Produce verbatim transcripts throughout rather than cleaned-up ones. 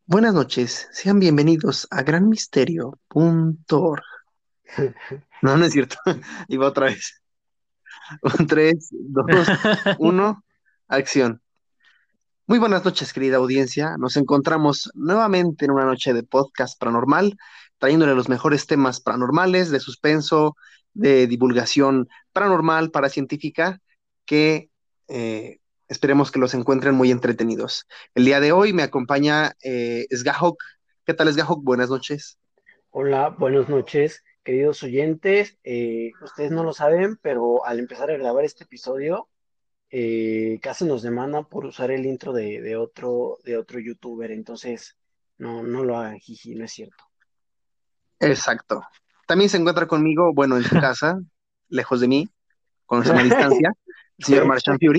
Buenas noches, sean bienvenidos a gran misterio punto org. No, no es cierto. Iba otra vez. Un, tres, dos, uno, acción. Muy buenas noches, querida audiencia. Nos encontramos nuevamente en una noche de podcast paranormal, trayéndole los mejores temas paranormales, de suspenso, de divulgación paranormal, paracientífica, que eh, esperemos que los encuentren muy entretenidos. El día de hoy me acompaña eh, Sgahok. ¿Qué tal, Sgahok? Buenas noches. Hola, buenas noches, queridos oyentes. Eh, ustedes no lo saben, pero al empezar a grabar este episodio, eh, casi nos demandan por usar el intro de, de otro, de otro youtuber. Entonces, no, no lo hagan, jiji, no es cierto. Exacto. También se encuentra conmigo, bueno, en su casa, lejos de mí, con sana distancia, el señor Martian Fury.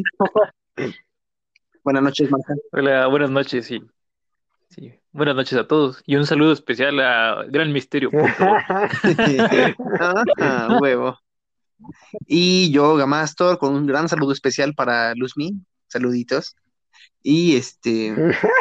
Buenas noches, Martian. Hola, buenas noches, sí, sí. Buenas noches a todos y un saludo especial a gran misterio punto org. Ah, huevo. Y yo, Gamastor, con un gran saludo especial para Luzmi. Saluditos. Y este,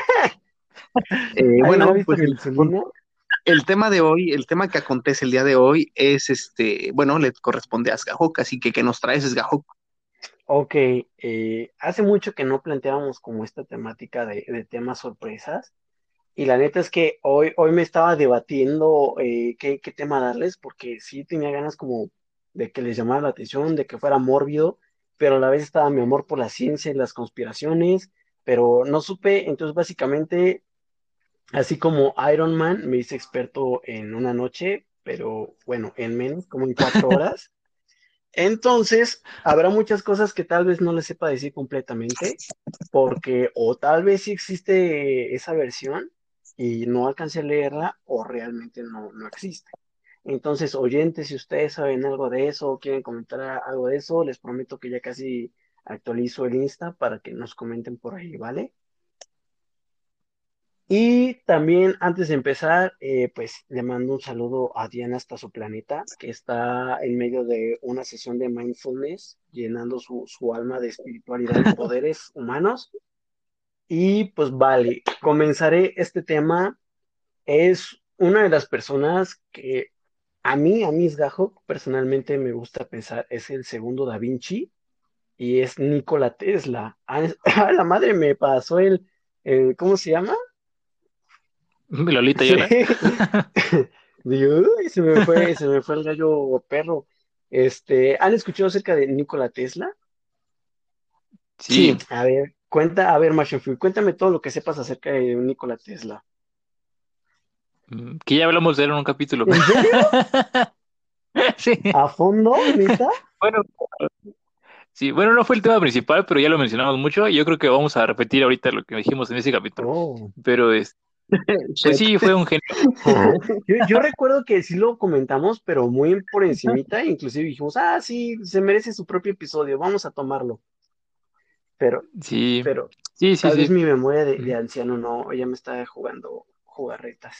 eh, ¿Alguien ha bueno, visto pues mi el, insulina? el tema de hoy, el tema que acontece el día de hoy es este, bueno, le corresponde a Sgahok, así que ¿qué nos traes, Sgahok? Ok, eh, hace mucho que no planteábamos como esta temática de, de temas sorpresas. Y la neta es que hoy, hoy me estaba debatiendo eh, qué, qué tema darles, porque sí tenía ganas como de que les llamara la atención, de que fuera mórbido, pero a la vez estaba mi amor por la ciencia y las conspiraciones, pero no supe, entonces básicamente, así como Iron Man me hice experto en una noche, pero bueno, en menos, como en cuatro horas. Entonces, habrá muchas cosas que tal vez no les sepa decir completamente, porque o tal vez sí existe esa versión y no alcancé a leerla, o realmente no, no existe. Entonces, oyentes, si ustedes saben algo de eso o quieren comentar algo de eso, les prometo que ya casi actualizo el Insta para que nos comenten por ahí, ¿vale? Y también antes de empezar, eh, pues le mando un saludo a Diana hasta su planeta, que está en medio de una sesión de mindfulness, llenando su, su alma de espiritualidad y poderes humanos. Y pues vale, comenzaré este tema. Es una de las personas que a mí, a mis Gajo, personalmente me gusta pensar, es el segundo Da Vinci y es Nikola Tesla. A, a la madre me pasó el, el, ¿cómo se llama? Lolita Sí. Yola. Digo, uy, se me fue, se me fue el gallo perro. Este, ¿han escuchado acerca de Nikola Tesla? Sí, Sí, a ver, cuenta, a ver, Marshall Field, cuéntame todo lo que sepas acerca de Nikola Tesla. mm, que ya hablamos de él en un capítulo. ¿En serio? Sí, ¿A fondo, neta? bueno, sí, bueno, no fue el tema principal, pero ya lo mencionamos mucho y yo creo que vamos a repetir ahorita lo que dijimos en ese capítulo. Oh. Pero es, pues Shit. sí, fue un genio. Yo, yo recuerdo que sí lo comentamos, pero muy por encimita, inclusive dijimos, ah, sí, se merece su propio episodio, vamos a tomarlo. Pero, Sí, pero, sí, sí, tal vez sí. mi memoria de, de Mm. anciano no, ya me está jugando jugarretas.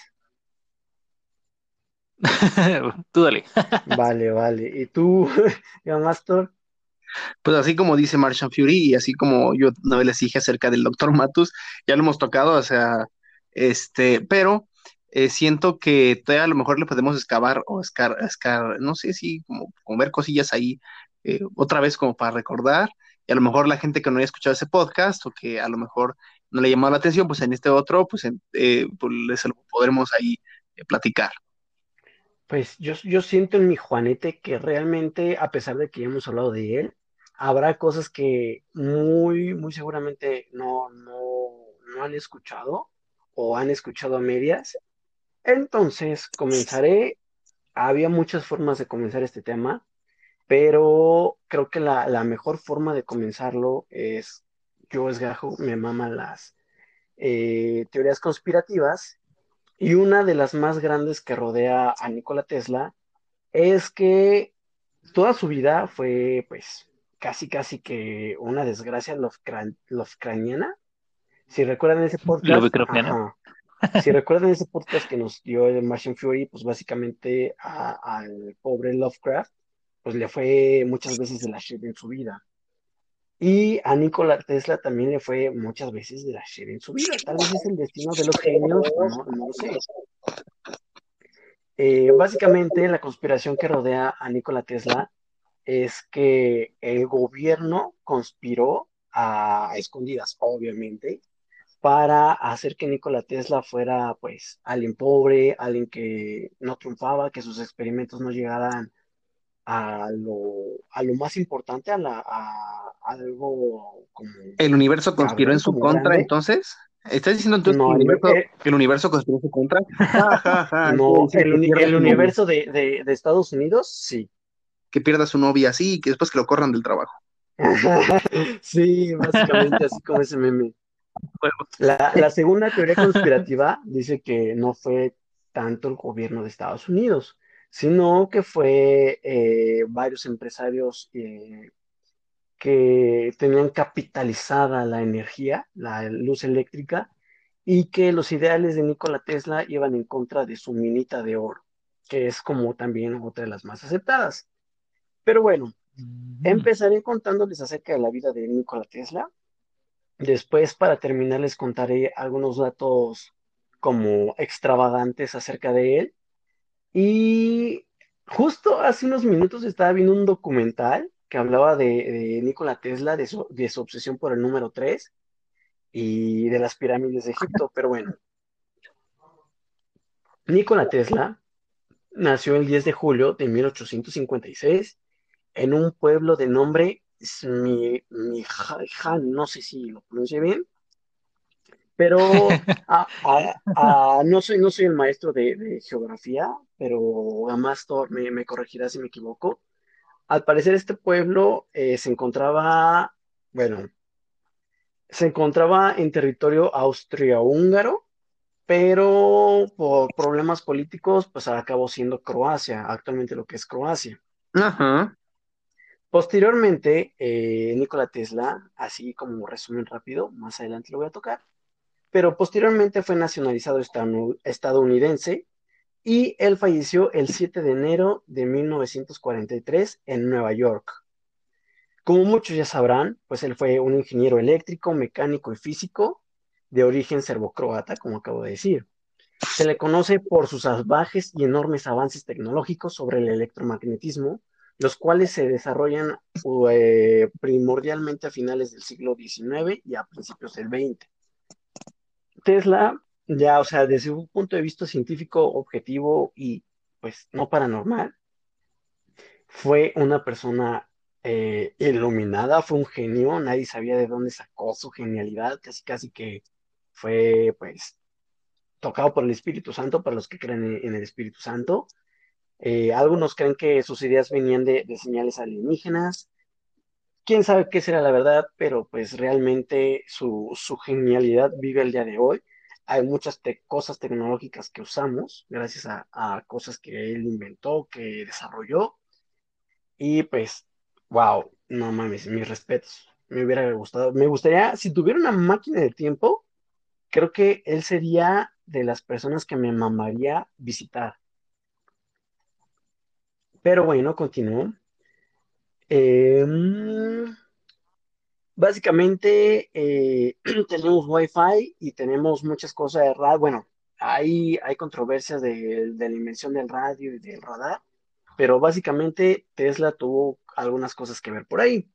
Tú dale. Vale, vale. ¿Y tú, ya Mastor? Pues así como dice Martian Fury y así como yo una vez les dije acerca del doctor Matus, ya lo hemos tocado, o sea, este, pero eh, siento que todavía a lo mejor le podemos excavar o escar, escar, no sé si como, como ver cosillas ahí eh, otra vez como para recordar, y a lo mejor la gente que no haya escuchado ese podcast o que a lo mejor no le ha llamado la atención, pues en este otro, pues, en- eh, pues les lo podremos ahí eh, platicar. Pues yo, yo siento en mi Juanete que realmente, a pesar de que ya hemos hablado de él, habrá cosas que muy, muy seguramente no, no, no han escuchado o han escuchado a medias. Entonces, comenzaré. Había muchas formas de comenzar este tema, pero creo que la, la mejor forma de comenzarlo es, yo esgajo, me maman las eh, teorías conspirativas, y una de las más grandes que rodea a Nikola Tesla es que toda su vida fue, pues, casi, casi que una desgracia Lovecra- Lovecraniana. Si recuerdan ese podcast, Lovecraftiana. ajá. Si recuerdan ese podcast que nos dio el Martian Fury, pues básicamente a- al pobre Lovecraft, pues le fue muchas veces de la shit en su vida. Y a Nikola Tesla también le fue muchas veces de la shit en su vida. Tal vez es el destino de los genios, no, no lo sé. Eh, básicamente, la conspiración que rodea a Nikola Tesla es que el gobierno conspiró a, a escondidas, obviamente, para hacer que Nikola Tesla fuera, pues, alguien pobre, alguien que no triunfaba, que sus experimentos no llegaran a lo, a lo más importante, a, la, a algo como ¿El universo conspiró en cabrón, su como contra grande. entonces? ¿Estás diciendo entonces que No, el el, universo, eh, que el universo conspiró en su contra? Ja, ja, ja, quiere no, decir el, que uni- pierda el su novia, universo de, de, de Estados Unidos, sí. que pierda su novia así y que después que lo corran del trabajo. Sí, básicamente así como ese meme. Bueno, La, la segunda teoría conspirativa dice que no fue tanto el gobierno de Estados Unidos, sino que fue eh, varios empresarios eh, que tenían capitalizada la energía, la luz eléctrica, y que los ideales de Nikola Tesla iban en contra de su minita de oro, que es como también otra de las más aceptadas. Pero bueno, ujú. empezaré contándoles acerca de la vida de Nikola Tesla. Después, para terminar, les contaré algunos datos como extravagantes acerca de él. Y justo hace unos minutos estaba viendo un documental que hablaba de, de Nikola Tesla, de su, de su obsesión por el número tres y de las pirámides de Egipto. Pero bueno, Nikola Tesla nació el diez de julio de mil ochocientos cincuenta y seis en un pueblo de nombre Smi- Mijajan, no sé si lo pronuncié bien, pero ah, ah, ah, no soy, no soy el maestro de, de geografía, pero Amastor me, me corregirá si me equivoco. Al parecer este pueblo eh, se encontraba, bueno, se encontraba en territorio austrohúngaro, pero por problemas políticos, pues acabó siendo Croacia, actualmente lo que es Croacia. Ajá. Posteriormente, eh, Nikola Tesla, así como resumen rápido, más adelante lo voy a tocar, pero posteriormente fue nacionalizado estanu- estadounidense y él falleció el siete de enero de mil novecientos cuarenta y tres en Nueva York. Como muchos ya sabrán, pues él fue un ingeniero eléctrico, mecánico y físico de origen serbocroata, como acabo de decir. Se le conoce por sus salvajes y enormes avances tecnológicos sobre el electromagnetismo, los cuales se desarrollan eh, primordialmente a finales del siglo diecinueve y a principios del veinte. Tesla, ya, o sea, desde un punto de vista científico objetivo y pues no paranormal, fue una persona eh, iluminada, fue un genio, nadie sabía de dónde sacó su genialidad, casi casi que fue pues tocado por el Espíritu Santo, para los que creen en, en el Espíritu Santo. Eh, algunos creen que sus ideas venían de, de señales alienígenas, quién sabe qué será la verdad, pero pues realmente su, su genialidad vive el día de hoy. Hay muchas te- cosas tecnológicas que usamos gracias a, a cosas que él inventó, que desarrolló. Y pues, wow, no mames, mis respetos. Me hubiera gustado, me gustaría, si tuviera una máquina de tiempo, creo que él sería de las personas que me mamaría visitar. Pero bueno, continúo. Eh, mm, Básicamente, eh, tenemos Wi-Fi y tenemos muchas cosas de radio. Bueno, hay, hay controversias de, de la invención del radio y del radar, pero básicamente Tesla tuvo algunas cosas que ver por ahí.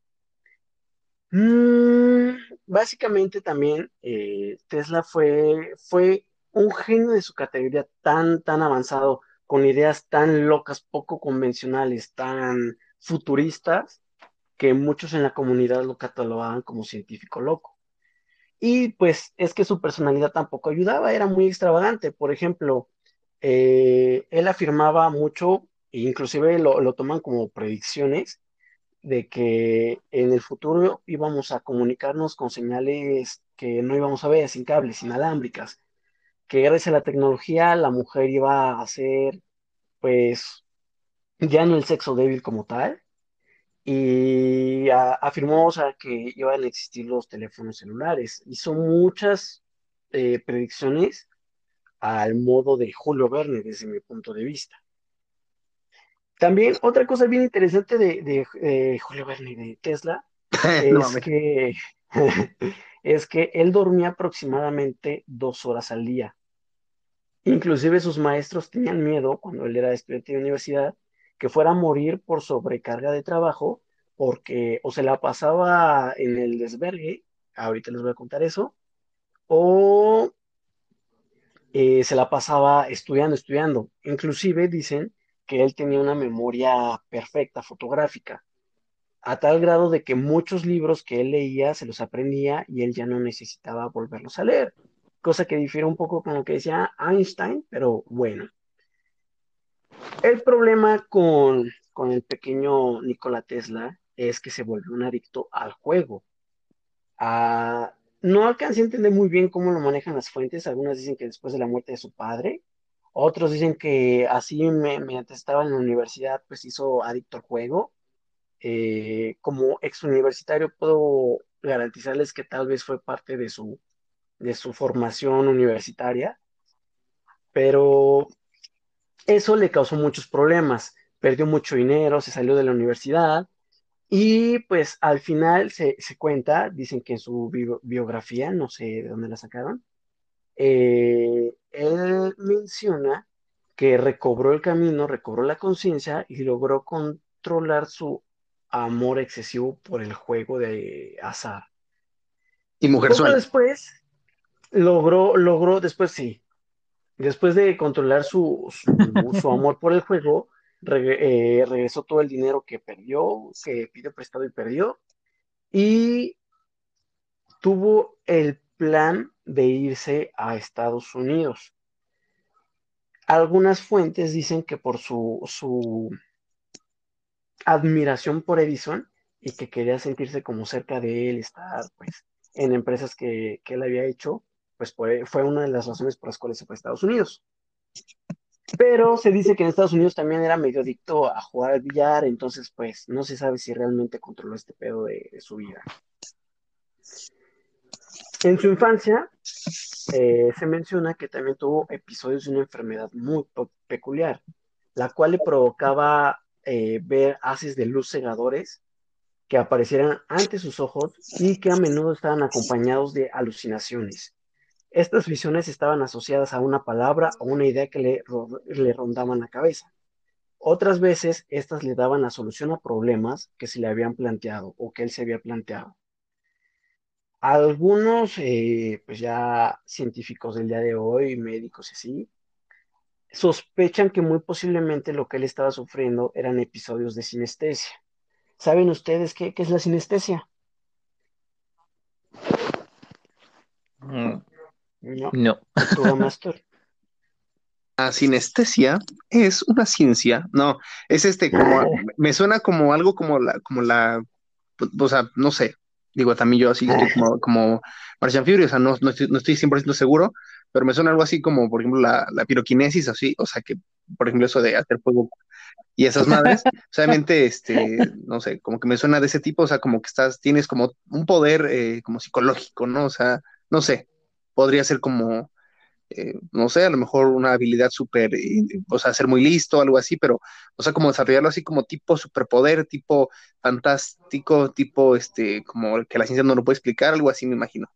Mm, Básicamente también eh, Tesla fue, fue un genio de su categoría tan, tan avanzado, con ideas tan locas, poco convencionales, tan futuristas, que muchos en la comunidad lo catalogaban como científico loco. Y pues es que su personalidad tampoco ayudaba, era muy extravagante. Por ejemplo, eh, él afirmaba mucho, e inclusive lo, lo toman como predicciones, de que en el futuro íbamos a comunicarnos con señales que no íbamos a ver, sin cables, inalámbricas, que gracias a la tecnología la mujer iba a ser, pues, ya no el sexo débil como tal, y a- afirmó, o sea, que iban a existir los teléfonos celulares. Hizo muchas eh, predicciones al modo de Julio Verne, desde mi punto de vista. También otra cosa bien interesante de, de, eh, Julio Verne, de Tesla, No es mames. que, es que él dormía aproximadamente dos horas al día. Inclusive sus maestros tenían miedo, cuando él era estudiante de universidad, que fuera a morir por sobrecarga de trabajo, porque o se la pasaba en el desvergue, ahorita les voy a contar eso, o eh, se la pasaba estudiando, estudiando. Inclusive dicen que él tenía una memoria perfecta, fotográfica, a tal grado de que muchos libros que él leía se los aprendía y él ya no necesitaba volverlos a leer, cosa que difiere un poco con lo que decía Einstein, pero bueno. El problema con, con el pequeño Nikola Tesla es que se volvió un adicto al juego. Ah, no alcancé a entender muy bien cómo lo manejan las fuentes. Algunas dicen que después de la muerte de su padre, otros dicen que así me- mientras estaba en la universidad, pues hizo adicto al juego. Eh, como ex universitario puedo garantizarles que tal vez fue parte de su, de su formación universitaria, pero eso le causó muchos problemas. Perdió mucho dinero, se salió de la universidad y pues al final se, se cuenta, dicen que en su bio- biografía, no sé de dónde la sacaron, eh, él menciona que recobró el camino, recobró la conciencia y logró controlar su amor excesivo por el juego de azar. Y Poco Mujerzuela. después logró, logró, después sí, después de controlar su, su, su amor por el juego, regre- eh, regresó todo el dinero que perdió, que pidió prestado y perdió, y tuvo el plan de irse a Estados Unidos. Algunas fuentes dicen que por su, su admiración por Edison y que quería sentirse como cerca de él, estar pues en empresas que, que él había hecho, pues fue, fue una de las razones por las cuales se fue a Estados Unidos. Pero se dice que en Estados Unidos también era medio adicto a jugar al billar, entonces pues no se sabe si realmente controló este pedo de, de su vida. En su infancia eh, se menciona que también tuvo episodios de una enfermedad muy pe- peculiar, la cual le provocaba eh, ver haces de luz cegadores que aparecieran ante sus ojos y que a menudo estaban acompañados de alucinaciones. Estas visiones estaban asociadas a una palabra o una idea que le, ro- le rondaban la cabeza. Otras veces, estas le daban la solución a problemas que se le habían planteado o que él se había planteado. Algunos, eh, pues ya científicos del día de hoy, médicos y así, sospechan que muy posiblemente lo que él estaba sufriendo eran episodios de sinestesia. ¿Saben ustedes qué, qué es la sinestesia? Mm, No. no. ¿Tú, Damastor? La sinestesia es una ciencia. No, es este como, me suena como algo como la, como la, o sea, no sé. Digo, también yo así estoy como, como Marcian Fury, o sea, no, no estoy, no estoy cien por ciento seguro, pero me suena algo así como, por ejemplo, la, la piroquinesis, así, o sea, que, por ejemplo, eso de hacer fuego y esas madres, solamente, este, no sé, como que me suena de ese tipo, o sea, como que estás, tienes como un poder eh, como psicológico, ¿no? O sea, no sé, podría ser como, eh, no sé, a lo mejor una habilidad súper, eh, o sea, ser muy listo, algo así, pero, o sea, como desarrollarlo así como tipo superpoder, tipo fantástico, tipo, este, como que la ciencia no lo puede explicar, algo así, me imagino.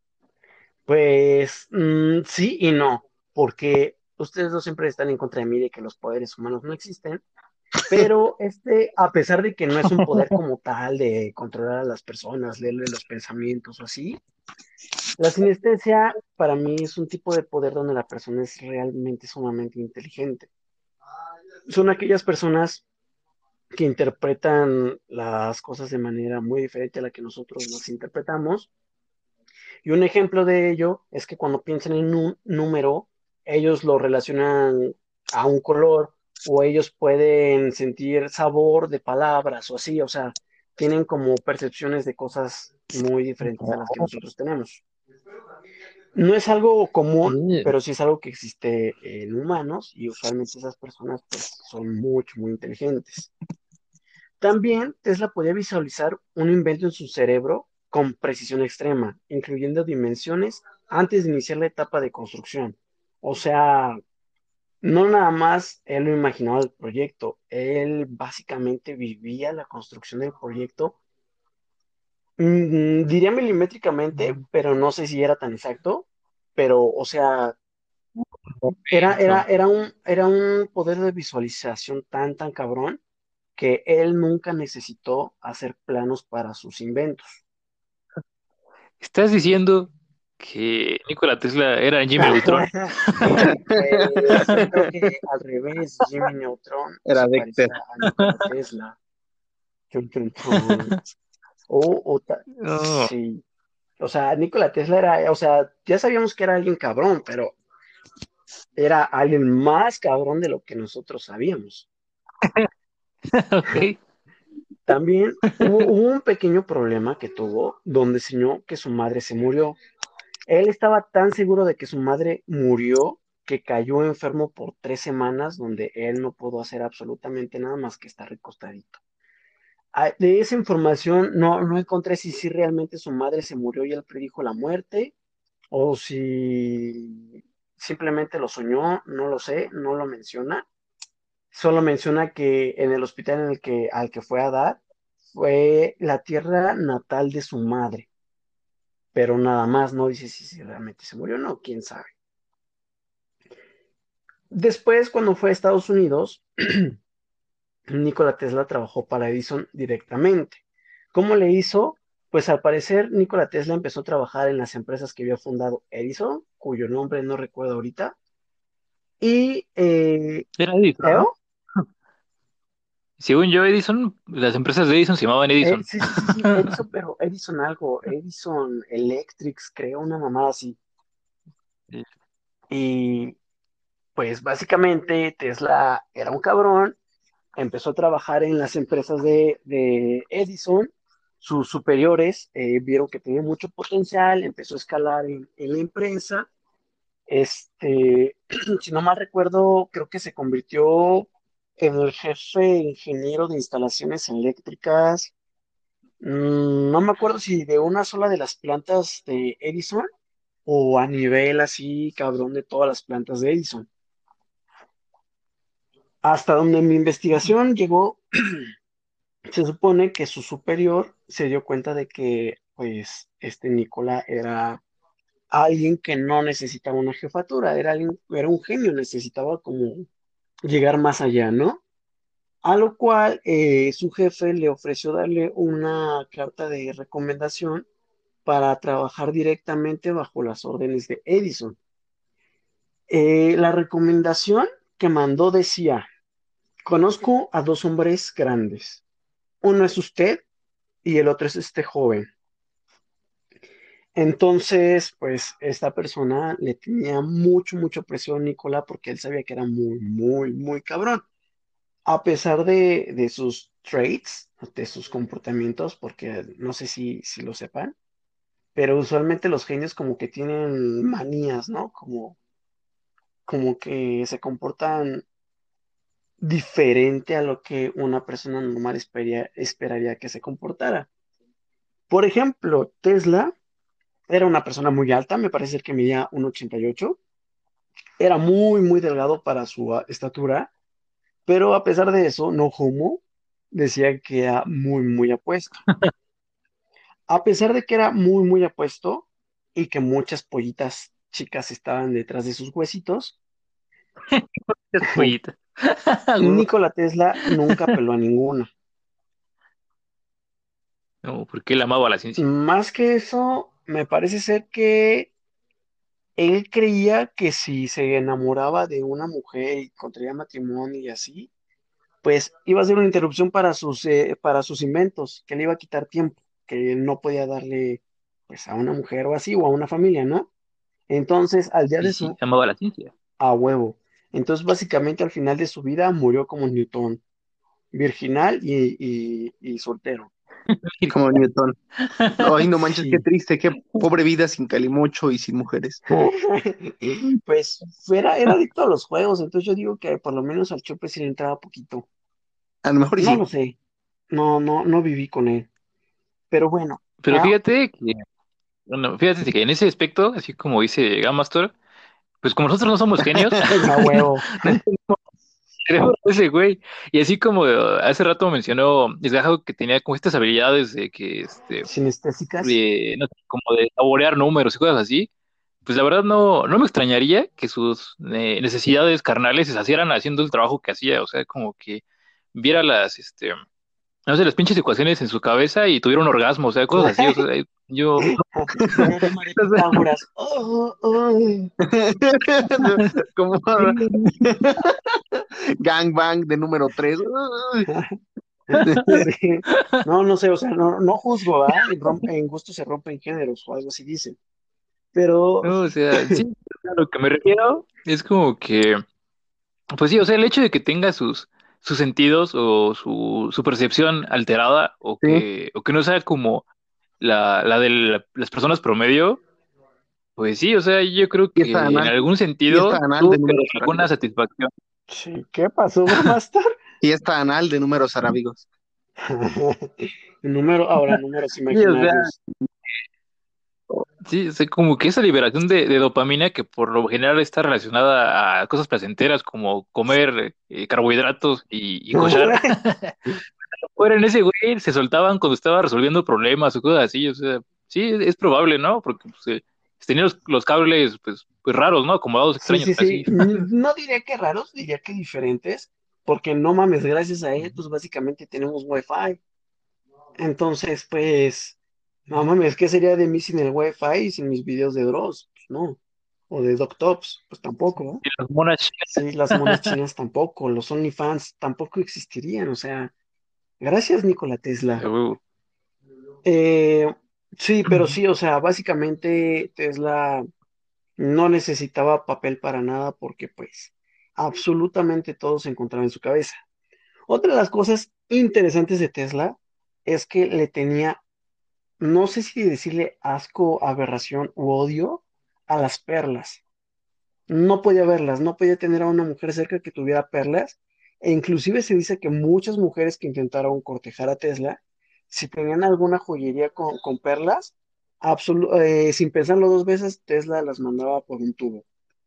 Pues mm, sí y no, porque ustedes dos siempre están en contra de mí de que los poderes humanos no existen, pero este, a pesar de que no es un poder como tal de controlar a las personas, leerle los pensamientos o así, la sinestesia para mí es un tipo de poder donde la persona es realmente sumamente inteligente. Son aquellas personas que interpretan las cosas de manera muy diferente a la que nosotros las interpretamos. Y un ejemplo de ello es que cuando piensan en un número, ellos lo relacionan a un color o ellos pueden sentir sabor de palabras o así, o sea, tienen como percepciones de cosas muy diferentes a las que nosotros tenemos. No es algo común, Mm. pero sí es algo que existe en humanos y usualmente esas personas pues son mucho, muy inteligentes. También Tesla podía visualizar un invento en su cerebro con precisión extrema, incluyendo dimensiones antes de iniciar la etapa de construcción. O sea, no nada más él lo imaginaba el proyecto, él básicamente vivía la construcción del proyecto Mm, diría milimétricamente, pero no sé si era tan exacto. Pero, o sea, era, era, Eso. era un, era un poder de visualización tan, tan cabrón que él nunca necesitó hacer planos para sus inventos. ¿Estás diciendo que Nikola Tesla era Jimmy Neutron? Pues yo creo que al revés, Jimmy Neutron Era se Dexter. parecía a Nikola Tesla. Chun, chun, chun. O, o ta- No. sí. O sea, Nikola Tesla era, o sea, ya sabíamos que era alguien cabrón, pero era alguien más cabrón de lo que nosotros sabíamos. Ok. También hubo, hubo un pequeño problema que tuvo donde enseñó que su madre se murió. Él estaba tan seguro de que su madre murió que cayó enfermo por tres semanas donde él no pudo hacer absolutamente nada más que estar recostadito. Ah, de esa información no, no encontré si, si realmente su madre se murió y él predijo la muerte o si simplemente lo soñó, no lo sé, no lo menciona. Solo menciona que en el hospital en el que, al que fue a dar fue la tierra natal de su madre, pero nada más, no dice si, si realmente se murió o no, quién sabe. Después, cuando fue a Estados Unidos, Nikola Tesla trabajó para Edison directamente. ¿Cómo le hizo? Pues al parecer Nikola Tesla empezó a trabajar en las empresas que había fundado Edison, cuyo nombre no recuerdo ahorita, y eh, Era Edison, ¿eh? ¿no? Según yo, Edison, las empresas de Edison se llamaban Eh, Edison. sí, sí, sí, sí, Edison, pero Edison algo, Edison Electrics, creo, una mamada así. Sí. Y pues básicamente Tesla era un cabrón, empezó a trabajar en las empresas de, de Edison, sus superiores eh, vieron que tenía mucho potencial, empezó a escalar en, en la empresa. Este, si no mal recuerdo, creo que se convirtió en el jefe ingeniero de instalaciones eléctricas. Mm, no me acuerdo si de una sola de las plantas de Edison o a nivel así, cabrón, de todas las plantas de Edison. Hasta donde mi investigación llegó, se supone que su superior se dio cuenta de que, pues, este Nicola era alguien que no necesitaba una jefatura, era alguien, era un genio, necesitaba como llegar más allá, ¿no? A lo cual eh, su jefe le ofreció darle una carta de recomendación para trabajar directamente bajo las órdenes de Edison. Eh, la recomendación que mandó decía, conozco a dos hombres grandes. Uno es usted y el otro es este joven. Entonces, pues esta persona le tenía mucho, mucho precio a Nicola porque él sabía que era muy, muy, muy cabrón. A pesar de, de sus traits, de sus comportamientos, porque no sé si, si lo sepan, pero usualmente los genios como que tienen manías, ¿no? Como, como que se comportan diferente a lo que una persona normal esperaría, esperaría que se comportara. Por ejemplo, Tesla era una persona muy alta, me parece que medía uno ochenta y ocho, era muy, muy delgado para su ah, estatura, pero a pesar de eso, no homo, decía que era muy, muy apuesto. A pesar de que era muy, muy apuesto y que muchas pollitas chicas estaban detrás de sus huesitos, Las pollitas. Nikola Tesla nunca peló a ninguna. No, porque él amaba la ciencia. Más que eso, me parece ser que él creía que si se enamoraba de una mujer y contraía matrimonio y así, pues iba a ser una interrupción para sus, eh, para sus inventos, que le iba a quitar tiempo, que él no podía darle pues a una mujer o así, o a una familia, ¿no? Entonces, al día Y de sí, su, amaba la ciencia. a huevo. Entonces, básicamente, al final de su vida murió como Newton, virginal y, y, y soltero. Como Newton. Ay, no manches, qué Sí. triste, qué pobre vida sin Calimocho y sin mujeres. Pues era, era adicto a los juegos, entonces yo digo que por lo menos al Chope sí le entraba poquito. A lo mejor y No sí. lo sé, no, no, no viví con él. Pero bueno, Pero ah, fíjate que, bueno, fíjate que en ese aspecto, así como dice Gamastor, pues como nosotros no somos genios, a huevo. cerebro de ese güey. Y así como eh, hace rato mencionó Isgajo que tenía como estas habilidades de que, este, Sinestésicas. de, no sé, como de saborear números y cosas así, pues la verdad no, no me extrañaría que sus eh, necesidades carnales se hicieran haciendo el trabajo que hacía, o sea, como que viera las, este, no sé, las pinches ecuaciones en su cabeza y tuviera un orgasmo, o sea, cosas así, o sea, yo, Teorema de Pitágoras. Oh, oh. Como gangbang de número tres. Sí. No, no sé, o sea, no, no juzgo, ¿verdad? En, rom- en gusto se rompen géneros o algo así dicen. Pero no, o sea, sí, a lo que me refiero es como que, pues sí, o sea, el hecho de que tenga sus, sus sentidos o su, su percepción alterada o Sí, que, o que no sea como la, la de la- las personas promedio, pues sí, o sea, yo creo fiesta que en anal, algún fiesta sentido anal tuvo de que dar números alguna arábigos. satisfacción. sí, ¿qué pasó, Master? Fiesta anal de números arábigos. Número, ahora números Sí, o sea, imaginarios. sí, o sea, como que esa liberación de, de dopamina que por lo general está relacionada a cosas placenteras como comer eh, carbohidratos y, y cochar, fuera en ese güey se soltaban cuando estaba resolviendo problemas o cosas así, o sea, sí, es probable, ¿no? Porque pues, eh, tenía los, los cables pues, pues raros, ¿no? Acomodados Sí, extraños sí, sí. casi. N- No diría que raros, diría que diferentes, porque no mames, gracias a él, pues básicamente tenemos Wi-Fi. Entonces, pues, no mames, ¿qué sería de mí sin el Wi-Fi y sin mis videos de Dross? Pues no. O de DocTops, pues tampoco, ¿no? Y las monas chinas. Sí, las monas chinas tampoco, los OnlyFans tampoco existirían, o sea, gracias, Nikola A Tesla. huevo. Eh, sí, pero sí, o sea, básicamente Tesla no necesitaba papel para nada porque pues absolutamente todo se encontraba en su cabeza. Otra de las cosas interesantes de Tesla es que le tenía, no sé si decirle asco, aberración u odio a las perlas. No podía verlas, no podía tener a una mujer cerca que tuviera perlas, e inclusive se dice que muchas mujeres que intentaron cortejar a Tesla, si tenían alguna joyería con, con perlas, absolu- eh, sin pensarlo dos veces, Tesla las mandaba por un tubo.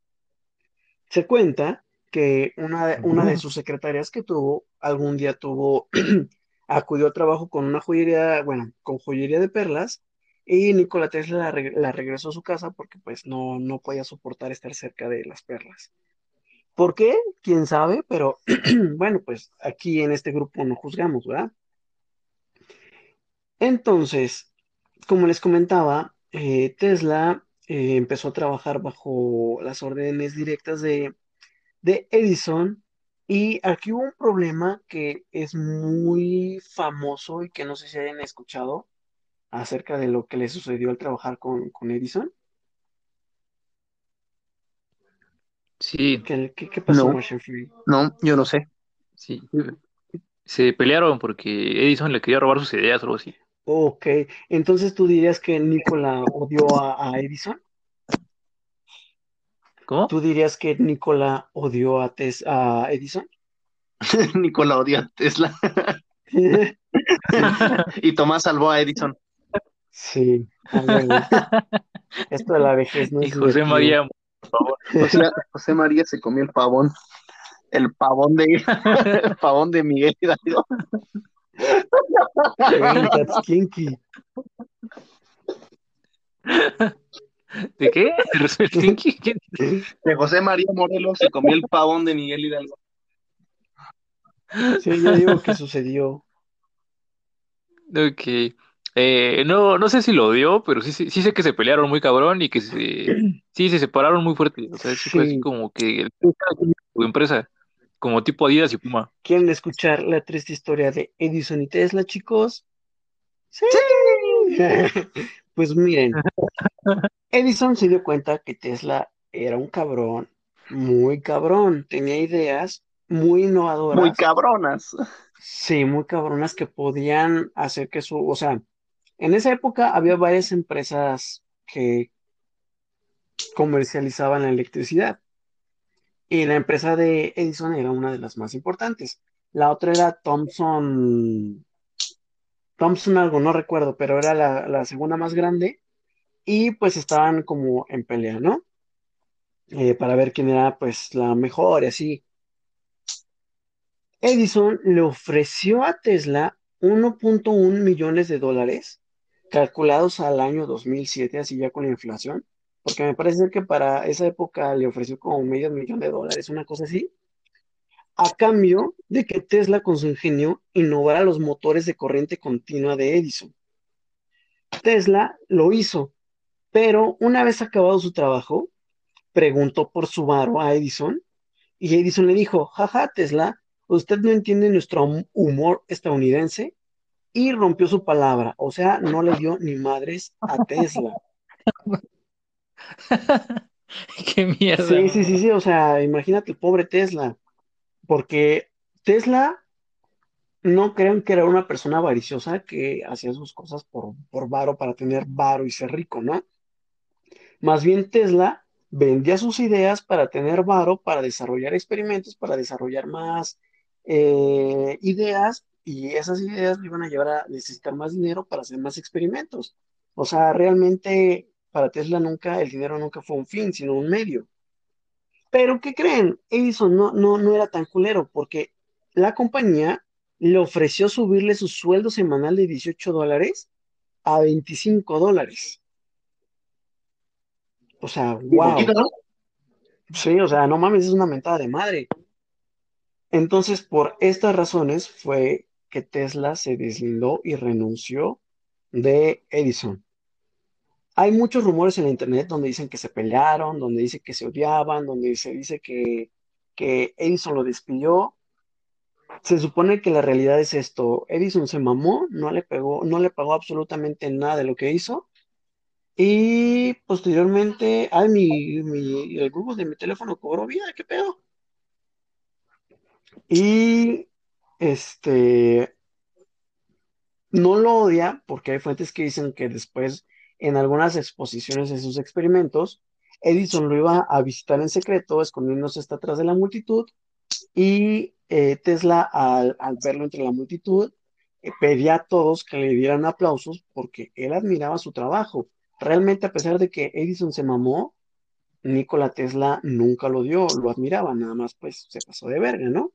Se cuenta que una de, una de sus secretarias que tuvo, algún día tuvo, acudió a trabajo con una joyería, bueno, con joyería de perlas, y Nikola Tesla la, reg- la regresó a su casa porque pues no, no podía soportar estar cerca de las perlas. ¿Por qué? ¿Quién sabe? Pero bueno, pues aquí en este grupo no juzgamos, ¿verdad? Entonces, como les comentaba, eh, Tesla eh, empezó a trabajar bajo las órdenes directas de de Edison. Y aquí hubo un problema que es muy famoso y que no sé si hayan escuchado acerca de lo que le sucedió al trabajar con, con Edison. Sí, ¿Qué, qué, qué pasó, No, Martian Fury? no, yo no sé. sí. Se pelearon porque Edison le quería robar sus ideas o algo así. Ok, entonces tú dirías que Nikola odió a, a Edison. ¿Cómo? ¿Tú dirías que Nikola odió a, Tes- a Edison? Nikola odia a Tesla. Y Tomás salvó a Edison. Sí, a huevo. Esto de la vejez no Y es José divertido. María, por favor. José, José María se comió el pavón. El pavón de, el pavón de Miguel Hidalgo. Damn, that's kinky. ¿De qué? ¿De Roosevelt Tinky? ¿Quién? De José María Morelos se comió el pavón de Miguel Hidalgo. Sí, yo digo que sucedió. Ok. Eh, no, no sé si lo odió, pero sí, sí, sí sé que se pelearon muy cabrón y que se, sí, se separaron muy fuerte. O sea, sí fue así Sí, como que su empresa, como tipo Adidas y Puma. ¿quieren escuchar la triste historia de Edison y Tesla, chicos? Sí. Pues miren, Edison se dio cuenta que Tesla era un cabrón, muy cabrón, tenía ideas muy Muy innovadoras, cabronas. sí, muy cabronas que podían hacer que su, o sea, en esa época había varias empresas que comercializaban la electricidad. Y la empresa de Edison era una de las más importantes. La otra era Thomson, Thomson algo, no recuerdo, pero era la, la segunda más grande. Y pues estaban como en pelea, ¿no? Eh, para ver quién era pues la mejor y así. Edison le ofreció a Tesla uno punto uno millones de dólares, calculados al año dos mil siete, así ya con la inflación, porque me parece ser que para esa época le ofreció como medio millón de dólares, una cosa así, a cambio de que Tesla con su ingenio innovara los motores de corriente continua de Edison. Tesla lo hizo, pero una vez acabado su trabajo, preguntó por su varo a Edison y Edison le dijo, jaja, Tesla, usted no entiende nuestro humor estadounidense y rompió su palabra, o sea, no le dio ni madres a Tesla. Qué mierda, Sí, sí, sí, no. sí, o sea, imagínate el pobre Tesla, porque Tesla no crean que era una persona avariciosa que hacía sus cosas por, por varo, para tener varo y ser rico, ¿no? Más bien Tesla vendía sus ideas para tener varo, para desarrollar experimentos, para desarrollar más eh, ideas, y esas ideas le iban a llevar a necesitar más dinero para hacer más experimentos. O sea, realmente para Tesla nunca, el dinero nunca fue un fin, sino un medio. Pero ¿qué creen? Edison no, no, no era tan culero porque la compañía le ofreció subirle su sueldo semanal de dieciocho dólares a veinticinco dólares. O sea, Y poquito, wow. ¿no? Sí, o sea, no mames, es una mentada de madre. Entonces, por estas razones fue que Tesla se deslindó y renunció de Edison. Hay muchos rumores en la internet donde dicen que se pelearon, donde dicen que se odiaban, donde se dice que, que Edison lo despidió. Se supone que la realidad es esto: Edison se mamó, no le pegó, no le pagó absolutamente nada de lo que hizo. Y posteriormente, ay, mi, mi, el Google de mi teléfono cobró vida, ¿qué pedo? Y este, no lo odia porque hay fuentes que dicen que después, en algunas exposiciones de sus experimentos, Edison lo iba a visitar en secreto, escondiéndose hasta atrás de la multitud, y eh, Tesla, al, al verlo entre la multitud, eh, pedía a todos que le dieran aplausos porque él admiraba su trabajo. Realmente, a pesar de que Edison se mamó, Nikola Tesla nunca lo dio, lo admiraba, nada más pues se pasó de verga, ¿no?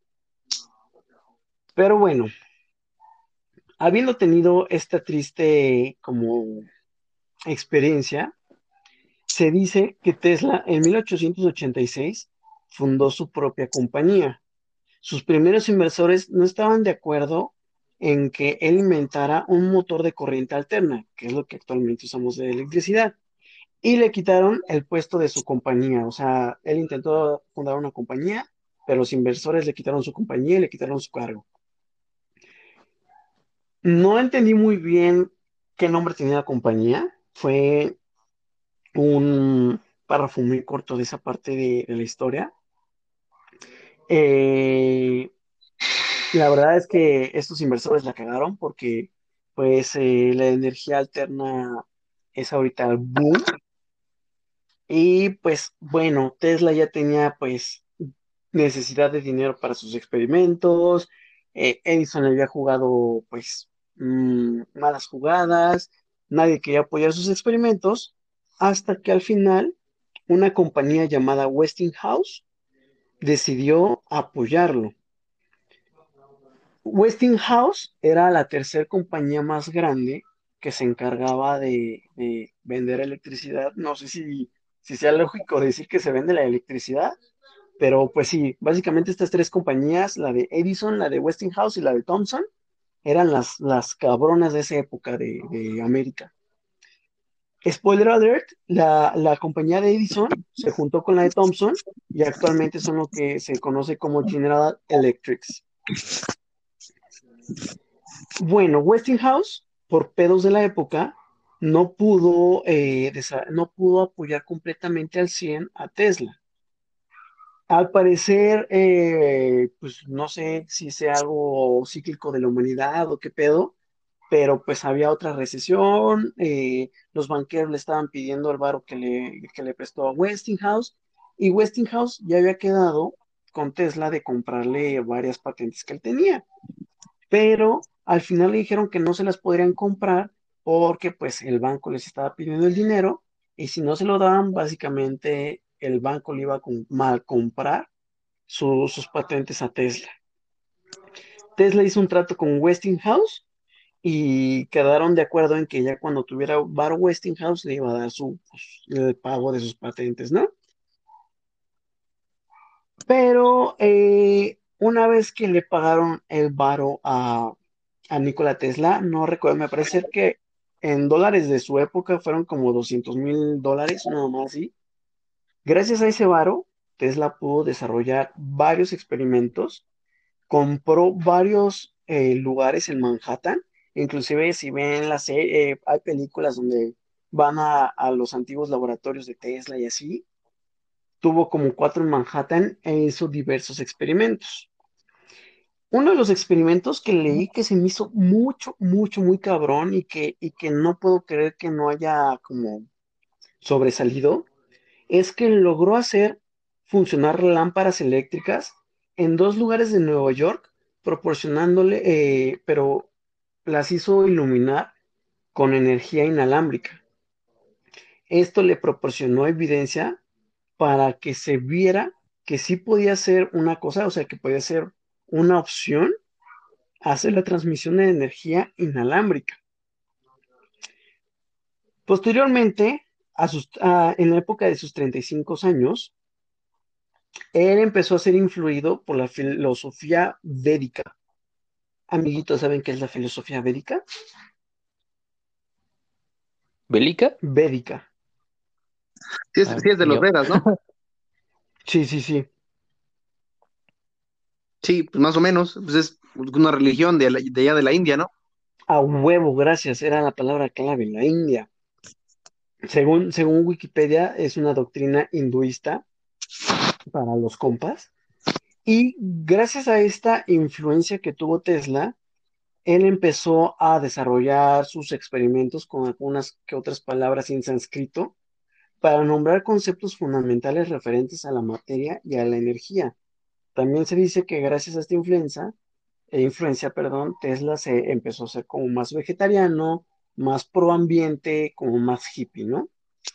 Pero bueno, habiendo tenido esta triste como experiencia, se dice que Tesla en mil ochocientos ochenta y seis fundó su propia compañía. Sus primeros inversores no estaban de acuerdo en que él inventara un motor de corriente alterna, que es lo que actualmente usamos de electricidad, y le quitaron el puesto de su compañía. O sea, él intentó fundar una compañía, pero los inversores le quitaron su compañía y le quitaron su cargo. No entendí muy bien qué nombre tenía la compañía. Fue un párrafo muy corto de esa parte de, de la historia. Eh, la verdad es que estos inversores la cagaron porque pues eh, la energía alterna es ahorita el boom. Y pues bueno, Tesla ya tenía pues necesidad de dinero para sus experimentos. eh, Edison había jugado pues mm, malas jugadas, nadie quería apoyar sus experimentos, hasta que al final una compañía llamada Westinghouse decidió apoyarlo. Westinghouse era la tercera compañía más grande que se encargaba de, de vender electricidad. No sé si, si sea lógico decir que se vende la electricidad, pero pues sí, básicamente estas tres compañías, la de Edison, la de Westinghouse y la de Thomson, eran las, las cabronas de esa época de, de América. Spoiler alert, la, la compañía de Edison se juntó con la de Thomson y actualmente son lo que se conoce como General Electrics. Bueno, Westinghouse, por pedos de la época, no pudo, eh, desa- no pudo apoyar completamente al cien a Tesla. Al parecer, eh, pues no sé si sea algo cíclico de la humanidad o qué pedo, pero pues había otra recesión, eh, los banqueros le estaban pidiendo el varo que le, que le prestó a Westinghouse, y Westinghouse ya había quedado con Tesla de comprarle varias patentes que él tenía, pero al final le dijeron que no se las podrían comprar porque pues el banco les estaba pidiendo el dinero, y si no se lo daban, básicamente el banco le iba a com- mal comprar su- sus patentes a Tesla. Tesla hizo un trato con Westinghouse y quedaron de acuerdo en que ya cuando tuviera varo Westinghouse le iba a dar su pues, el pago de sus patentes, ¿no? Pero eh, una vez que le pagaron el varo a, a Nikola Tesla, no recuerdo, me parece que en dólares de su época fueron como doscientos mil dólares, nada más así. Gracias a ese varo, Tesla pudo desarrollar varios experimentos, compró varios eh, lugares en Manhattan, inclusive si ven la serie, eh, hay películas donde van a, a los antiguos laboratorios de Tesla y así, tuvo como cuatro en Manhattan e hizo diversos experimentos. Uno de los experimentos que leí que se me hizo mucho, mucho, muy cabrón y que, y que no puedo creer que no haya como sobresalido, es que logró hacer funcionar lámparas eléctricas en dos lugares de Nueva York, proporcionándole, eh, pero las hizo iluminar con energía inalámbrica. Esto le proporcionó evidencia para que se viera que sí podía ser una cosa, o sea, que podía ser una opción hacer la transmisión de energía inalámbrica. Posteriormente, a sus, a, en la época de sus treinta y cinco años, él empezó a ser influido por la filosofía védica. Amiguitos, ¿saben qué es la filosofía védica? ¿Bélica? Védica. Sí es, Ah, sí es de los yo. Vedas, ¿no? Sí, sí, sí. Sí, pues más o menos. Pues es una religión de, la- de allá de la India, ¿no? A huevo, gracias, era la palabra clave, la India. Según, según Wikipedia, es una doctrina hinduista para los compas. Y gracias a esta influencia que tuvo Tesla, él empezó a desarrollar sus experimentos con algunas que otras palabras en sánscrito para nombrar conceptos fundamentales referentes a la materia y a la energía. También se dice que gracias a esta influencia, e influencia, perdón, Tesla se empezó a ser como más vegetariano, más pro ambiente, como más hippie, ¿no?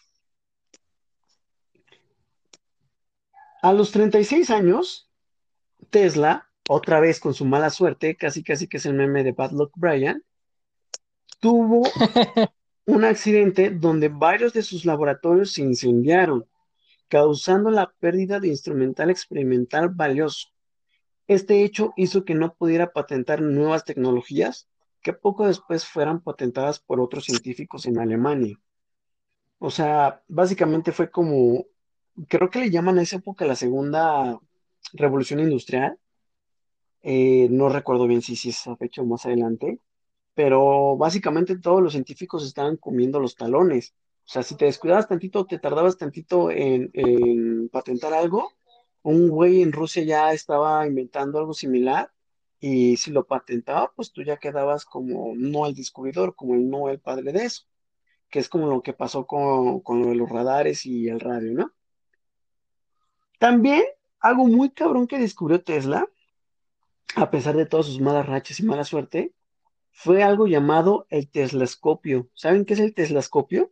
A los treinta y seis años, Tesla, otra vez con su mala suerte, casi casi que es el meme de Bad Luck Brian, tuvo un accidente donde varios de sus laboratorios se incendiaron, causando la pérdida de instrumental experimental valioso. Este hecho hizo que no pudiera patentar nuevas tecnologías que poco después fueran patentadas por otros científicos en Alemania. O sea, básicamente fue como, creo que le llaman a esa época la segunda revolución industrial. Eh, no recuerdo bien si, si es esa fecha o más adelante, pero básicamente todos los científicos estaban comiendo los talones. O sea, si te descuidabas tantito, te tardabas tantito en, en patentar algo, un güey en Rusia ya estaba inventando algo similar y si lo patentaba, pues tú ya quedabas como no el descubridor, como el no el padre de eso, que es como lo que pasó con, con lo de los radares y el radio, ¿no? También algo muy cabrón que descubrió Tesla, a pesar de todas sus malas rachas y mala suerte, fue algo llamado el teslescopio. ¿Saben qué es el teslescopio?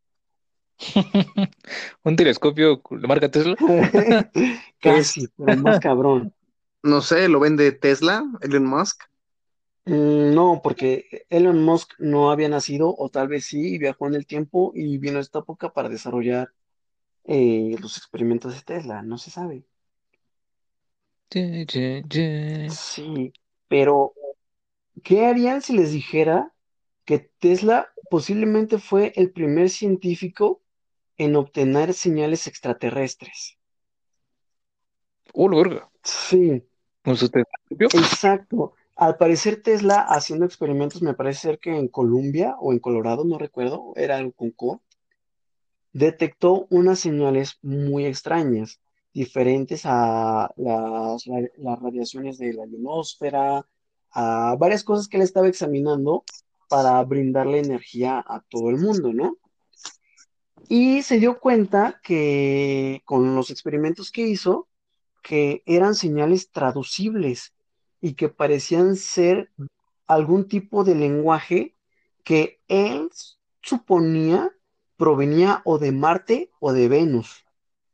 ¿Un telescopio de marca Tesla? Es, Casi, pero más cabrón. no sé, lo vende Tesla, Elon Musk. Mm, no, porque Elon Musk no había nacido, o tal vez sí, y viajó en el tiempo y vino a esta época para desarrollar eh, los experimentos de Tesla. No se sabe. Ye, ye, ye. Sí, pero ¿qué harían si les dijera que Tesla posiblemente fue el primer científico en obtener señales extraterrestres? Oh, la verga. Sí, ¿Con su telescopio? exacto. Al parecer Tesla haciendo experimentos, me parece ser que en Colombia o en Colorado, no recuerdo, era algo con Co, detectó unas señales muy extrañas, diferentes a las, ra- las radiaciones de la ionosfera, a varias cosas que él estaba examinando para brindarle energía a todo el mundo, ¿no? Y se dio cuenta que con los experimentos que hizo, que eran señales traducibles y que parecían ser algún tipo de lenguaje que él suponía provenía o de Marte o de Venus.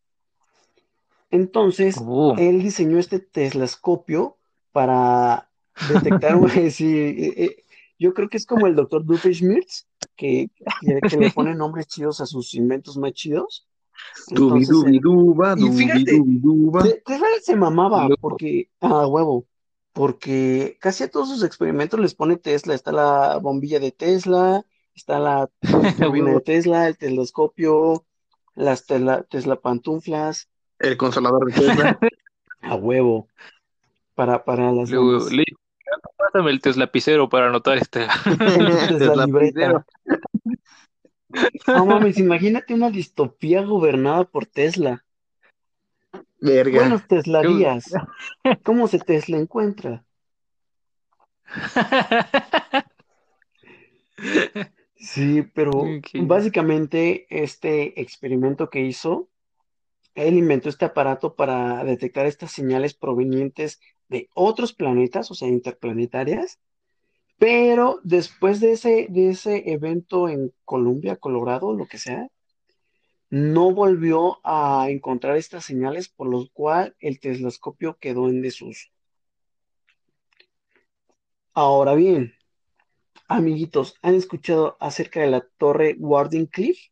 Entonces, Uh, él diseñó este telescopio para Detectaron, sí, eh, eh, yo creo que es como el doctor Doofenshmirtz, que, que, que le pone nombres chidos a sus inventos más chidos. Entonces, el, Dubidubiduba, y fíjate, dubidubiduba. Te- Tesla se Y mamaba luego, porque, a huevo, porque casi a todos sus experimentos les pone Tesla. Está la bombilla de Tesla, está la tu- turbina de huevo, Tesla, el telescopio, las tela- Tesla pantuflas, El consolador de Tesla. a huevo, para, para las luego damas. le digo, pásame el test lapicero para anotar este. En tu Tesla Tesla Picero. libreta. No mames, imagínate una distopía gobernada por Tesla. Verga. Buenos Teslarías. ¿Cómo se Tesla encuentra? Sí, pero Ok. básicamente este experimento que hizo, él inventó este aparato para detectar estas señales provenientes de otros planetas, o sea, interplanetarias, pero después de ese, de ese evento en Columbia, Colorado, lo que sea, no volvió a encontrar estas señales, por lo cual el telescopio quedó en desuso. Ahora bien, amiguitos, ¿han escuchado acerca de la torre Wardenclyffe?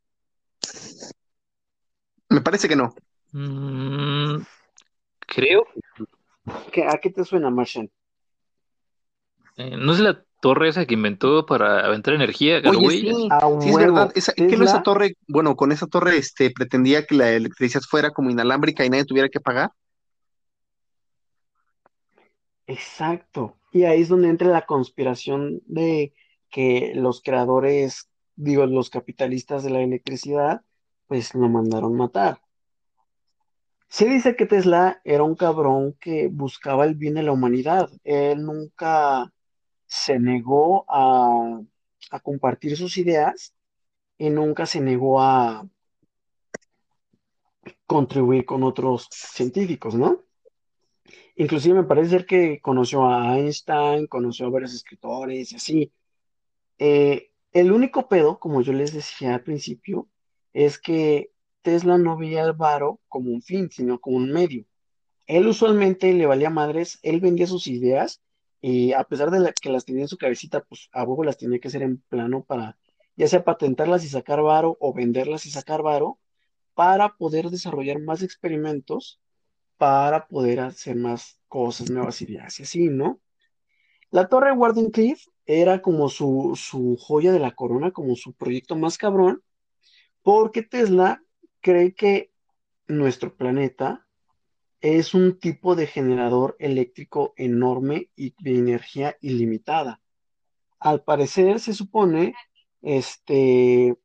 Me parece que no. Mm, creo, ¿Qué- ¿A qué te suena, Martian? eh, ¿no es la torre esa que inventó para aventar energía a los Oye, güeyes? sí, A sí es verdad. huevo, Esa, ¿qué no esa Tesla, torre? Bueno, con esa torre este, pretendía que la electricidad fuera como inalámbrica y nadie tuviera que pagar. exacto. Y ahí es donde entra la conspiración de que los creadores, digo, los capitalistas de la electricidad, pues lo mandaron matar. Se dice que Tesla era un cabrón que buscaba el bien de la humanidad. Él nunca se negó a, a compartir sus ideas y nunca se negó a contribuir con otros científicos, ¿no? Inclusive me parece ser que conoció a Einstein, conoció a varios escritores y así. Eh, el único pedo, como yo les decía al principio, es que Tesla no veía el varo como un fin, sino como un medio. Él usualmente le valía madres, él vendía sus ideas y a pesar de la- que las tenía en su cabecita, pues a huevo las tenía que hacer en plano para ya sea patentarlas y sacar varo o venderlas y sacar varo para poder desarrollar más experimentos, para poder hacer más cosas, nuevas ideas y así, ¿no? La Torre Wardenclyffe era como su, su joya de la corona, como su proyecto más cabrón, porque Tesla cree que nuestro planeta es un tipo de generador eléctrico enorme y de energía ilimitada. Al parecer, se supone, este,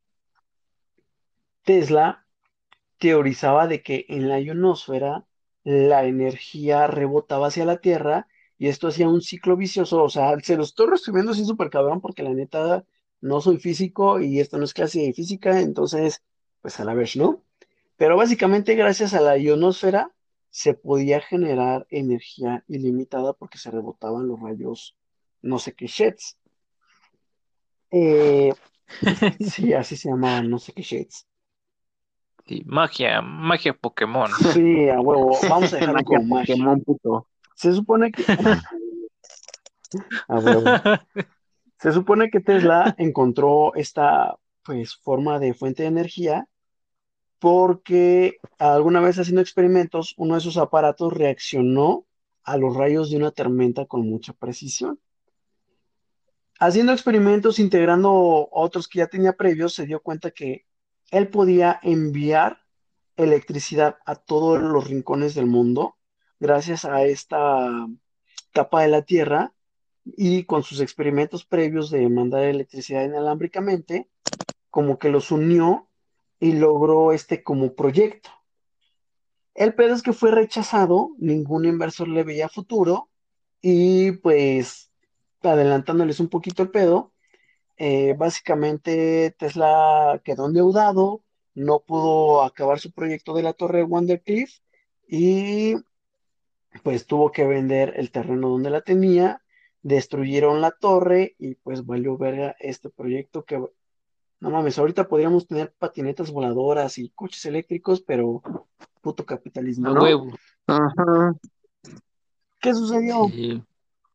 Tesla teorizaba de que en la ionosfera la energía rebotaba hacia la Tierra y esto hacía un ciclo vicioso. O sea, se lo estoy resumiendo así súper cabrón porque la neta no soy físico y esto no es clase de física, entonces, pues a la vez, ¿no? Pero básicamente gracias a la ionosfera se podía generar energía ilimitada porque se rebotaban los rayos no sé qué sheds. Eh, sí, así se llamaban, no sé qué sheds. Sí, magia, magia Pokémon. Sí, a huevo, vamos a dejarlo Magia como magia. Pokémon, puto. Se supone que, a huevo, se supone que Tesla encontró esta, pues, forma de fuente de energía porque alguna vez haciendo experimentos, uno de sus aparatos reaccionó a los rayos de una tormenta con mucha precisión. Haciendo experimentos, integrando otros que ya tenía previos, se dio cuenta que él podía enviar electricidad a todos los rincones del mundo gracias a esta capa de la Tierra y con sus experimentos previos de mandar electricidad inalámbricamente, como que los unió y logró este como proyecto. El pedo es que fue rechazado, ningún inversor le veía futuro y pues adelantándoles un poquito el pedo, eh, básicamente Tesla quedó endeudado, no pudo acabar su proyecto de la torre Wondercliff y pues tuvo que vender el terreno donde la tenía, destruyeron la torre y pues valió ver este proyecto que, no mames, ahorita podríamos tener patinetas voladoras y coches eléctricos, pero puto capitalismo, A ¿no? huevo. Ajá. ¿Qué sucedió? Sí.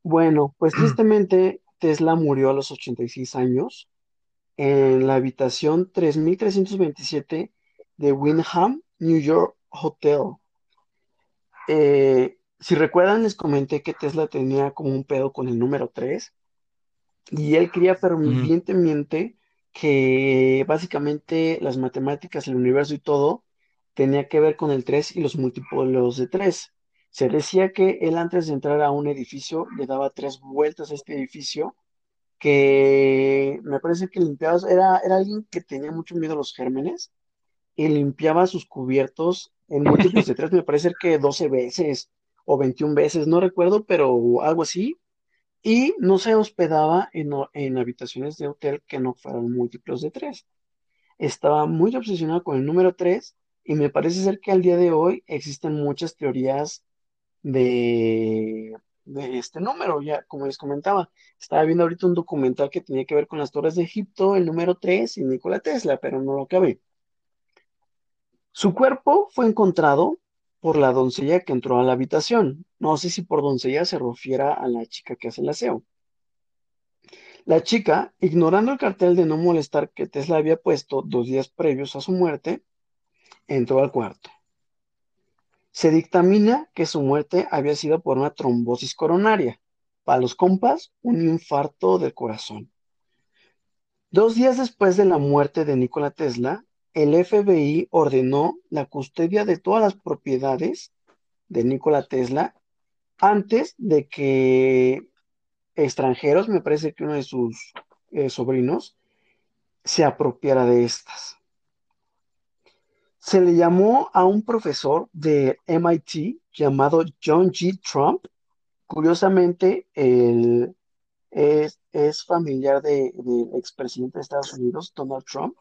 Bueno, pues tristemente Tesla murió a los ochenta y seis años en la habitación tres mil trescientos veintisiete de Wyndham, New York Hotel. Eh, si recuerdan, les comenté que Tesla tenía como un pedo con el número tres y él creía Ujú. fervientemente que básicamente las matemáticas, el universo y todo tenía que ver con el tres y los múltiplos de tres. Se decía que él antes de entrar a un edificio le daba tres vueltas a este edificio, que me parece que limpiaba, era, era alguien que tenía mucho miedo a los gérmenes y limpiaba sus cubiertos en múltiplos de tres, me parece que doce veces o veintiuna veces, no recuerdo, pero algo así. Y no se hospedaba en, ho- en habitaciones de hotel que no fueran múltiplos de tres. Estaba muy obsesionado con el número tres y me parece ser que al día de hoy existen muchas teorías de, de este número, ya como les comentaba. Estaba viendo ahorita un documental que tenía que ver con las torres de Egipto, el número tres y Nikola Tesla, pero no lo acabé. Su cuerpo fue encontrado por la doncella que entró a la habitación. No sé si por doncella se refiera a la chica que hace el aseo. La chica, ignorando el cartel de no molestar que Tesla había puesto dos días previos a su muerte, entró al cuarto. Se dictamina que su muerte había sido por una trombosis coronaria. Para los compas, un infarto del corazón. Dos días después de la muerte de Nikola Tesla, el F B I ordenó la custodia de todas las propiedades de Nikola Tesla antes de que extranjeros, me parece que uno de sus eh, sobrinos, se apropiara de estas. Se le llamó a un profesor de M I T llamado John G. Trump. Curiosamente, él es, es familiar de- del expresidente de Estados Unidos, Donald Trump.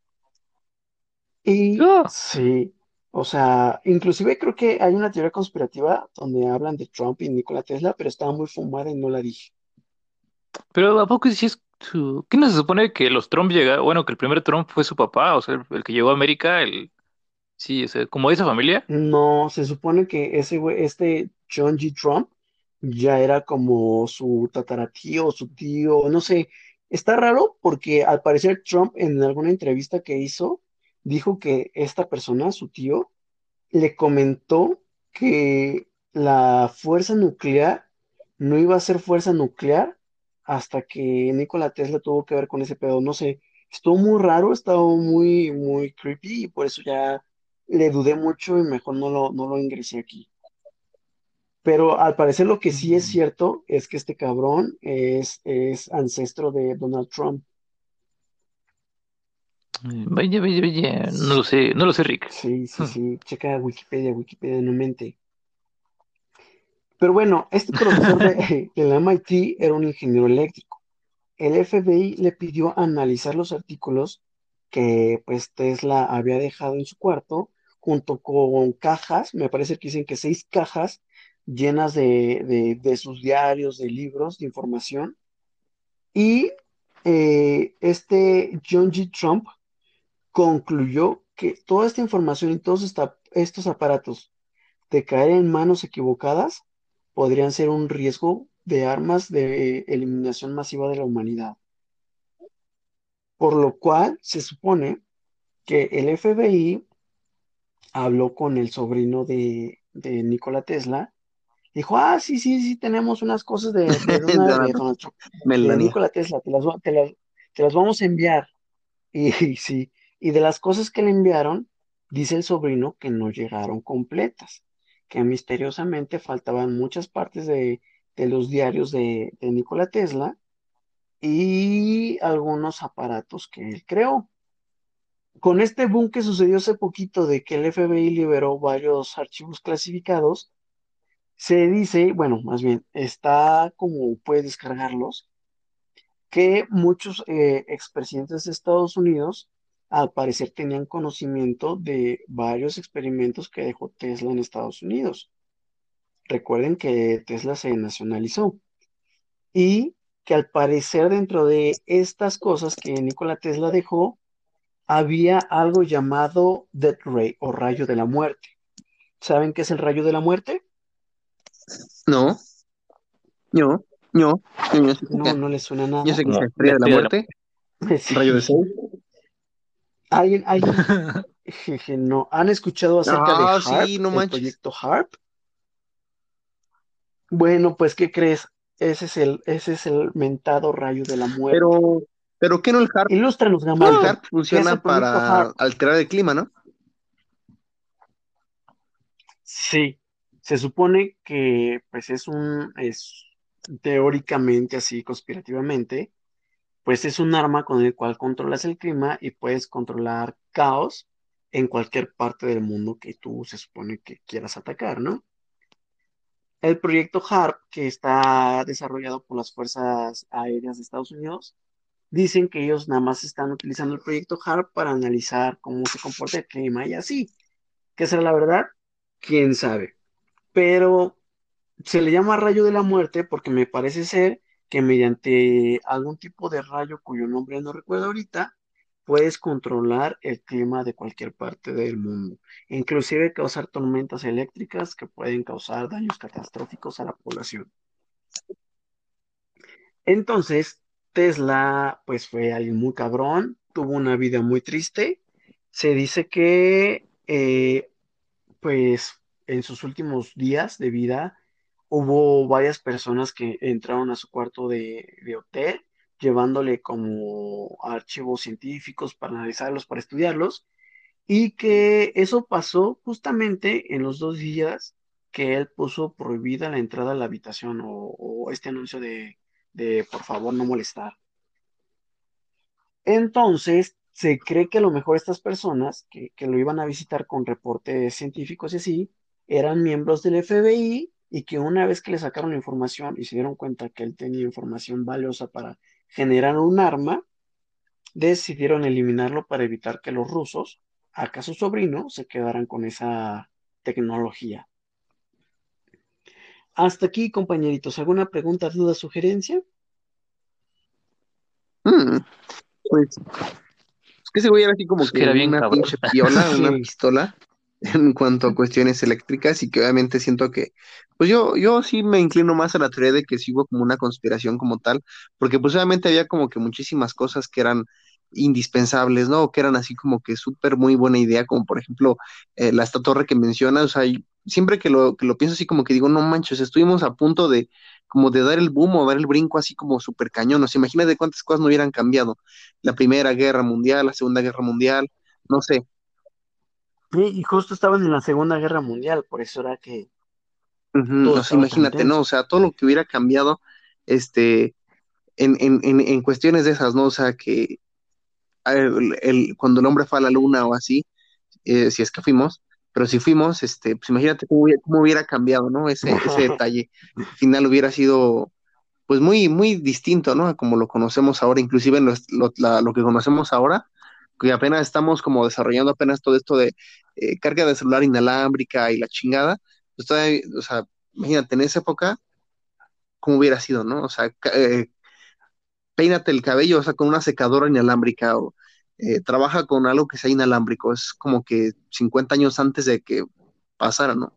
Y Ah, sí, o sea, inclusive creo que hay una teoría conspirativa donde hablan de Trump y Nikola Tesla, pero estaba muy fumada y no la dije. pero ¿a poco sí es su... ¿Qué no se supone que los Trump llegaron? Bueno, que el primer Trump fue su papá, o sea, el, el que llegó a América, el... Sí, o sea, como de esa familia. No, se supone que ese güey, este John G. Trump, ya era como su tataratío, su tío, no sé. Está raro porque al parecer Trump en alguna entrevista que hizo dijo que esta persona, su tío, le comentó que la fuerza nuclear no iba a ser fuerza nuclear hasta que Nikola Tesla tuvo que ver con ese pedo. No sé, estuvo muy raro, estuvo muy, muy creepy y por eso ya le dudé mucho y mejor no lo, no lo ingresé aquí. Pero al parecer lo que sí es Mm. cierto es que este cabrón es, es ancestro de Donald Trump. Mm, Vaya, vaya, vaya. No lo sé, no lo sé, Rick. Sí, sí, sí, checa Wikipedia, Wikipedia no mente. Pero bueno, este profesor de, del M I T era un ingeniero eléctrico. El F B I le pidió analizar los artículos que pues Tesla había dejado en su cuarto, junto con cajas, me parece que dicen que seis cajas llenas de, de- de sus diarios, de libros, de información. Y eh, este John G. Trump concluyó que toda esta información y todos esta- estos aparatos de caer en manos equivocadas podrían ser un riesgo de armas de eliminación masiva de la humanidad. Por lo cual se supone que el F B I habló con el sobrino de, de Nikola Tesla. Dijo, ah, sí, sí, sí, tenemos unas cosas de, de, Donald, de Donald Donald Trump, de Melania. Nikola Tesla, te las, va- te las- te las vamos a enviar. Y, y sí, y de las cosas que le enviaron, dice el sobrino que no llegaron completas, que misteriosamente faltaban muchas partes de, de los diarios de, de Nikola Tesla y algunos aparatos que él creó. Con este boom que sucedió hace poquito de que el F B I liberó varios archivos clasificados, se dice, bueno, más bien, está como puedes descargarlos, que muchos eh, expresidentes de Estados Unidos al parecer tenían conocimiento de varios experimentos que dejó Tesla en Estados Unidos. Recuerden que Tesla se nacionalizó y que al parecer dentro de estas cosas que Nikola Tesla dejó, había algo llamado Death Ray o rayo de la muerte. ¿Saben qué es el rayo de la muerte? No, yo. ño, ño, ño, sí, No, no le suena yo nada. sé que es Como la la estrella de la estrella de muerte, rayo de Sí. sol. ¿Alguien, alguien, la... jeje, no, ¿han escuchado acerca de Ah, HARP, sí, no el manches. proyecto HARP? Bueno, pues, ¿qué crees? Ese es el, ese es el mentado rayo de la muerte. Pero, pero ¿qué no el HARP? Ilústranos, El Gamal, HARP ¿qué es el funciona proyecto para HARP? alterar el clima, ¿no? Sí, se supone que pues es un, es teóricamente así, conspirativamente, pues es un arma con el cual controlas el clima y puedes controlar caos en cualquier parte del mundo que tú se supone que quieras atacar, ¿no? El proyecto HARP, que está desarrollado por las Fuerzas Aéreas de Estados Unidos, dicen que ellos nada más están utilizando el proyecto HARP para analizar cómo se comporta el clima y así. ¿Qué será la verdad? ¿Quién sabe? Pero se le llama rayo de la muerte porque me parece ser que mediante algún tipo de rayo cuyo nombre no recuerdo ahorita, puedes controlar el clima de cualquier parte del mundo, inclusive causar tormentas eléctricas que pueden causar daños catastróficos a la población. Entonces, Tesla, pues fue alguien muy cabrón, tuvo una vida muy triste. Se dice que eh, pues en sus últimos días de vida hubo varias personas que entraron a su cuarto de, de hotel llevándole como archivos científicos para analizarlos, para estudiarlos, y que eso pasó justamente en los dos días que él puso prohibida la entrada a la habitación o, o este anuncio de, de por favor no molestar. Entonces, se cree que a lo mejor estas personas que, que lo iban a visitar con reportes científicos y así, eran miembros del F B I y que una vez que le sacaron la información y se dieron cuenta que él tenía información valiosa para generar un arma, decidieron eliminarlo para evitar que los rusos, acá su sobrino, se quedaran con esa tecnología. Hasta aquí, compañeritos, ¿alguna pregunta, duda, sugerencia? Mm, pues, es que ese güey era así como Pues que que era bien una cabrón. pinche piola, una Sí. pistola en cuanto a cuestiones eléctricas y que obviamente siento que, pues yo, yo sí me inclino más a la teoría de que sí hubo como una conspiración como tal, porque pues obviamente había como que muchísimas cosas que eran indispensables, ¿no? O que eran así como que súper muy buena idea, como por ejemplo eh, la esta torre que mencionas, o sea, y siempre que lo, que lo pienso así como que digo, no manches, estuvimos a punto de como de dar el boom o dar el brinco así como súper cañón, o sea, imagínate cuántas cosas no hubieran cambiado, la Primera Guerra Mundial, la Segunda Guerra Mundial, no sé. Sí, y justo estaban en la Segunda Guerra Mundial, por eso era que Ujú. todo O sea, estaba tan imagínate, ¿no? tenso. O sea, todo lo que hubiera cambiado, este, en, en, en, en cuestiones de esas, ¿no? O sea, que el, el- cuando el hombre fue a la luna o así, eh, si es que fuimos, pero si fuimos, este, pues imagínate cómo hubiera, cómo hubiera cambiado, ¿no? Ese, ese detalle. Al final hubiera sido, pues, muy, muy distinto, ¿no? A como lo conocemos ahora, inclusive en lo, lo, la- lo que conocemos ahora, que apenas estamos como desarrollando apenas todo esto de eh, carga de celular inalámbrica y la chingada, pues todavía, o sea, imagínate, en esa época cómo hubiera sido, ¿no? O sea, ca- eh, peínate el cabello, o sea, con una secadora inalámbrica o eh, trabaja con algo que sea inalámbrico. Es como que cincuenta años antes de que pasara, ¿no?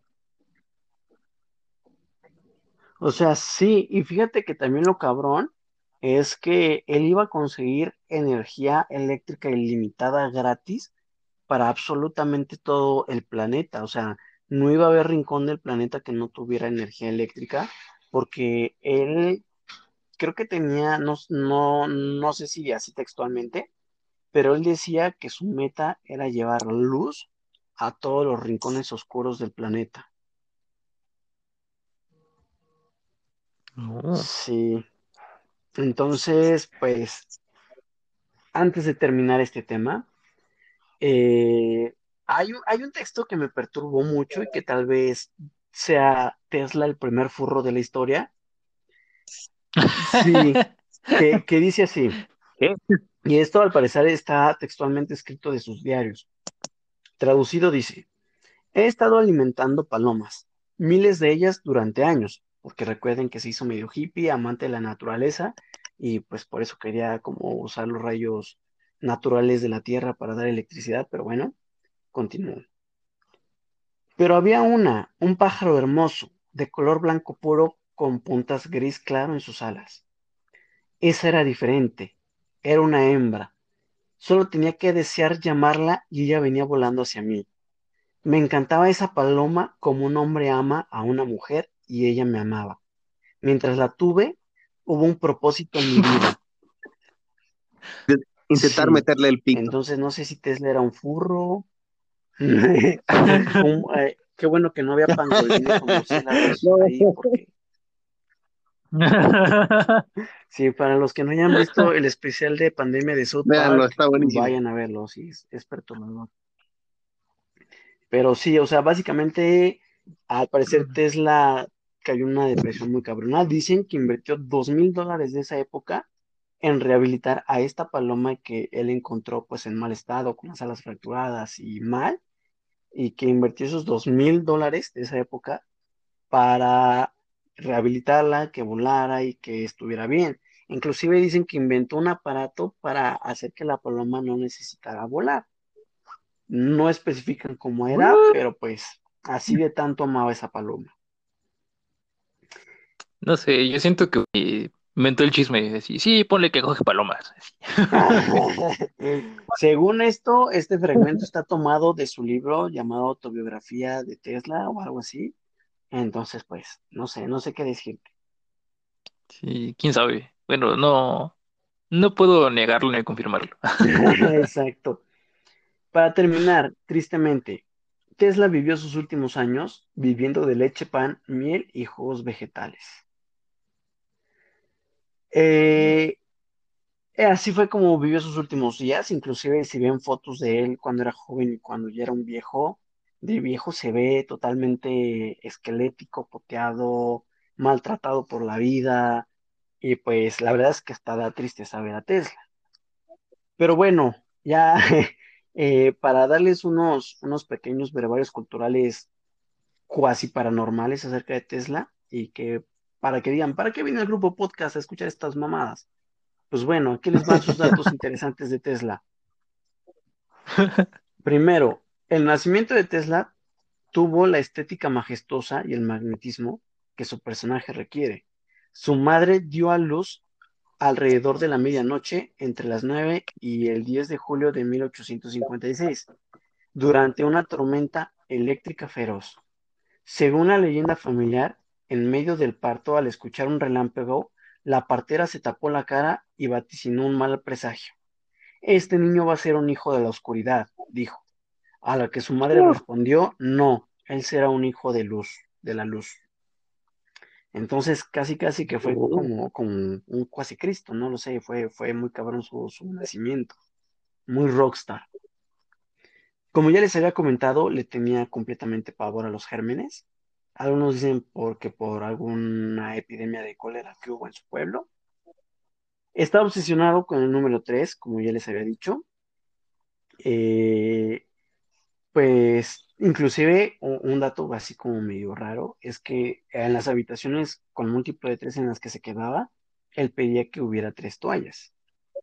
O sea, sí, y fíjate que también lo cabrón es que él iba a conseguir energía eléctrica ilimitada gratis para absolutamente todo el planeta. O sea, no iba a haber rincón del planeta que no tuviera energía eléctrica, porque él creo que tenía, no, no, no sé si así textualmente, pero él decía que su meta era llevar luz a todos los rincones oscuros del planeta. No. Sí, entonces, pues, antes de terminar este tema, eh, hay un, hay un texto que me perturbó mucho y que tal vez sea Tesla el primer furro de la historia. Sí, que, que dice así, ¿Qué? y esto al parecer está textualmente escrito de sus diarios. Traducido dice, he estado alimentando palomas, miles de ellas durante años, porque recuerden que se hizo medio hippie, amante de la naturaleza, y pues por eso quería como usar los rayos naturales de la Tierra para dar electricidad, pero bueno, continúo. Pero había una, un pájaro hermoso, de color blanco puro, con puntas gris claro en sus alas. Esa era diferente, era una hembra. Solo tenía que desear llamarla y ella venía volando hacia mí. Me encantaba esa paloma como un hombre ama a una mujer y ella me amaba. Mientras la tuve, hubo un propósito en mi vida. De intentar Sí, meterle el pito. entonces no sé si Tesla era un furro. Un, eh, qué bueno que no había pangolines o murciélagos No, ahí, porque sí, para los que no hayan visto el especial de pandemia de South véanlo, Park, está buenísimo. vayan a verlo, sí, es, es perturbador. Pero sí, o sea, básicamente, al parecer Tesla cayó en una depresión muy cabrona. Dicen que invirtió dos mil dólares de esa época en rehabilitar a esta paloma que él encontró pues en mal estado, con las alas fracturadas y mal, y que invirtió esos dos mil dólares de esa época para rehabilitarla, que volara y que estuviera bien. Inclusive dicen que inventó un aparato para hacer que la paloma no necesitara volar. No especifican cómo era, pero pues así de tanto amaba esa paloma. No sé, yo siento que eh, inventó el chisme. Así, sí, ponle que coge palomas. Así. Según esto, este fragmento está tomado de su libro llamado Autobiografía de Tesla o algo así. Entonces, pues, no sé, no sé qué decirte. Sí, quién sabe. Bueno, no, no puedo negarlo ni confirmarlo. Exacto. Para terminar, tristemente, Tesla vivió sus últimos años viviendo de leche, pan, miel y jugos vegetales. Eh, eh, así fue como vivió sus últimos días, inclusive si ven fotos de él cuando era joven y cuando ya era un viejo, de viejo se ve totalmente esquelético, poteado, maltratado por la vida, y pues la verdad es que hasta da tristeza ver a Tesla. Pero bueno, ya eh, para darles unos, unos pequeños verbarios culturales cuasi paranormales acerca de Tesla y que para que digan, ¿para qué viene el grupo podcast a escuchar estas mamadas? Pues bueno, aquí les van sus datos interesantes de Tesla. Primero, el nacimiento de Tesla tuvo la estética majestuosa y el magnetismo que su personaje requiere. Su madre dio a luz alrededor de la medianoche entre las nueve y el diez de julio de mil ochocientos cincuenta y seis, durante una tormenta eléctrica feroz. Según la leyenda familiar, en medio del parto, al escuchar un relámpago, la partera se tapó la cara y vaticinó un mal presagio. Este niño va a ser un hijo de la oscuridad, dijo. A lo que su madre respondió, no, él será un hijo de luz, de la luz. Entonces, casi, casi que fue como, como un cuasi Cristo, no lo sé, fue, fue muy cabrón su, su nacimiento, muy rockstar. Como ya les había comentado, le tenía completamente pavor a los gérmenes. Algunos dicen porque por alguna epidemia de cólera que hubo en su pueblo. Está obsesionado con el número tres, como ya les había dicho. Eh, pues, inclusive, u- un dato así como medio raro es que en las habitaciones con múltiplo de tres en las que se quedaba, él pedía que hubiera tres toallas.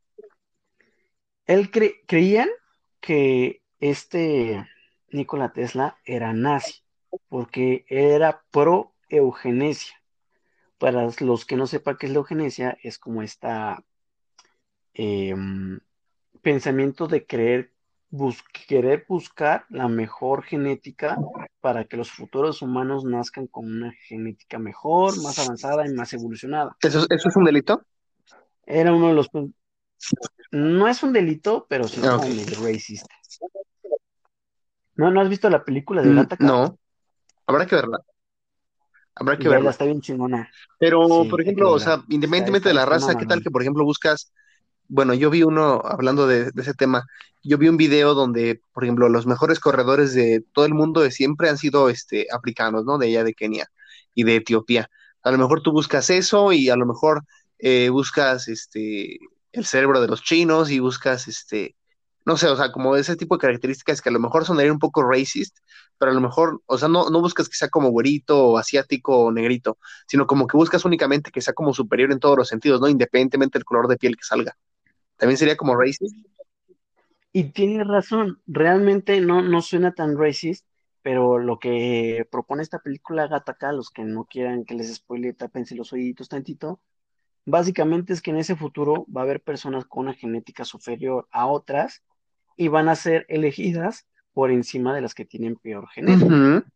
Él cre- creían que este Nikola Tesla era nazi, porque era pro eugenesia. Para los que no sepan qué es la eugenesia, es como esta eh, pensamiento de creer, bus querer buscar la mejor genética para que los futuros humanos nazcan con una genética mejor, más avanzada y más evolucionada. ¿Eso, eso es un delito? Era uno de los... No es un delito, pero sí es Ah, como ok. medio racist. ¿No, no has visto la película de Mm, Gattaca? no, habrá que verla, habrá que Vela, verla. está bien chingona. Pero, Sí, por hay que ejemplo, o verla. sea, Está, independientemente de está, la está raza, ¿qué tal mamalón. que, por ejemplo, buscas, bueno, yo vi uno, hablando de, de ese tema, yo vi un video donde, por ejemplo, los mejores corredores de todo el mundo de siempre han sido, este, africanos, ¿no? De allá de Kenia y de Etiopía. A lo mejor tú buscas eso y a lo mejor eh, buscas, este, el cerebro de los chinos y buscas, este, no sé, o sea, como ese tipo de características que a lo mejor sonaría un poco racist, pero a lo mejor, o sea, no, no buscas que sea como güerito o asiático o negrito, sino como que buscas únicamente que sea como superior en todos los sentidos, ¿no? Independientemente del color de piel que salga. También sería como racist. Y tiene razón, realmente no, no suena tan racist pero lo que propone esta película Gattaca, los que no quieran que les spoile, tápense los oíditos tantito, básicamente es que en ese futuro va a haber personas con una genética superior a otras y van a ser elegidas por encima de las que tienen peor genética. Ujú.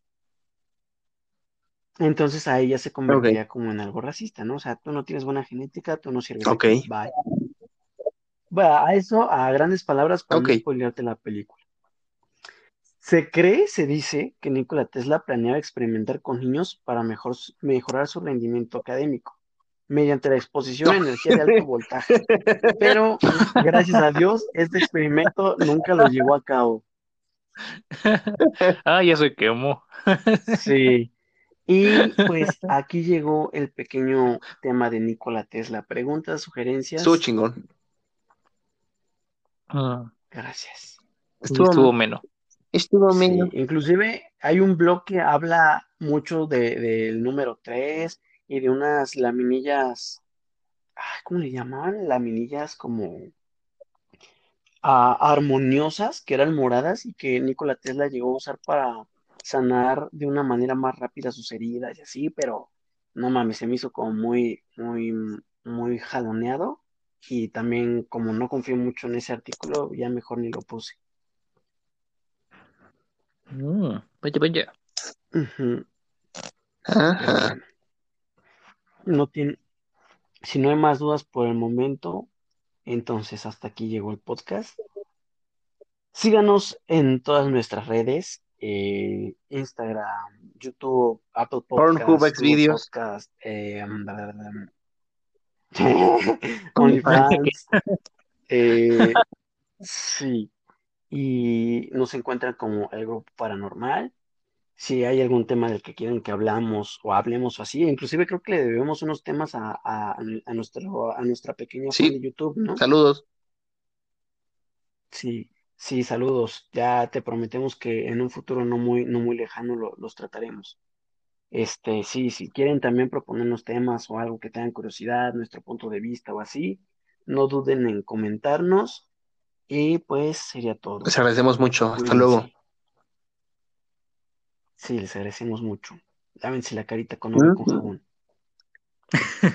Entonces a ella se Ok, convertiría como en algo racista, ¿no? O sea, tú no tienes buena genética, tú no sirves ok, aquí, bye. Va, a eso, a grandes palabras, para ok. no spoilearte la película. Se cree, se dice, que Nikola Tesla planeaba experimentar con niños para mejor, mejorar su rendimiento académico mediante la exposición a energía de alto voltaje. Pero, gracias a Dios, este experimento nunca lo llevó a cabo. Ah, ya se quemó. Sí. Y pues aquí llegó el pequeño tema de Nikola Tesla. Preguntas, Estuvo sugerencias. chingón. Ah, Gracias. y Estuvo, estuvo menos. estuvo Sí, menos. inclusive hay un blog que habla mucho de, del número tres y de unas laminillas, ay, ¿cómo le llaman? Laminillas como ah, armoniosas, que eran moradas y que Nikola Tesla llegó a usar para sanar de una manera más rápida sus heridas y así, pero no mames, se me hizo como muy, muy, muy jaloneado y también como no confío mucho en ese artículo, ya mejor ni lo puse. Mm, vaya, vaya. Ujú. Pero Ajá. bueno, no tiene, si no hay más dudas por el momento, entonces hasta aquí llegó el podcast. Síganos en todas nuestras redes, eh, Instagram, YouTube, Apple Pornhub, Podcasts, Google Xvideos, Podcasts, eh, OnlyFans. OnlyFans, eh, sí, y nos encuentran como el grupo paranormal. Si hay algún tema del que quieren que hablamos o hablemos o así, inclusive creo que le debemos unos temas a, a, a nuestro, a nuestra pequeña fan de Sí, YouTube, ¿no? saludos. Sí, sí, saludos. Ya te prometemos que en un futuro no muy, no muy lejano lo- los trataremos. Este, sí, si quieren también proponernos temas o algo que tengan curiosidad, nuestro punto de vista o así, no duden en comentarnos y pues sería todo. Les agradecemos mucho. Hasta luego. Cuídense. Sí, les agradecemos mucho. Lávense la carita con agua y con ¿Mm? jabón.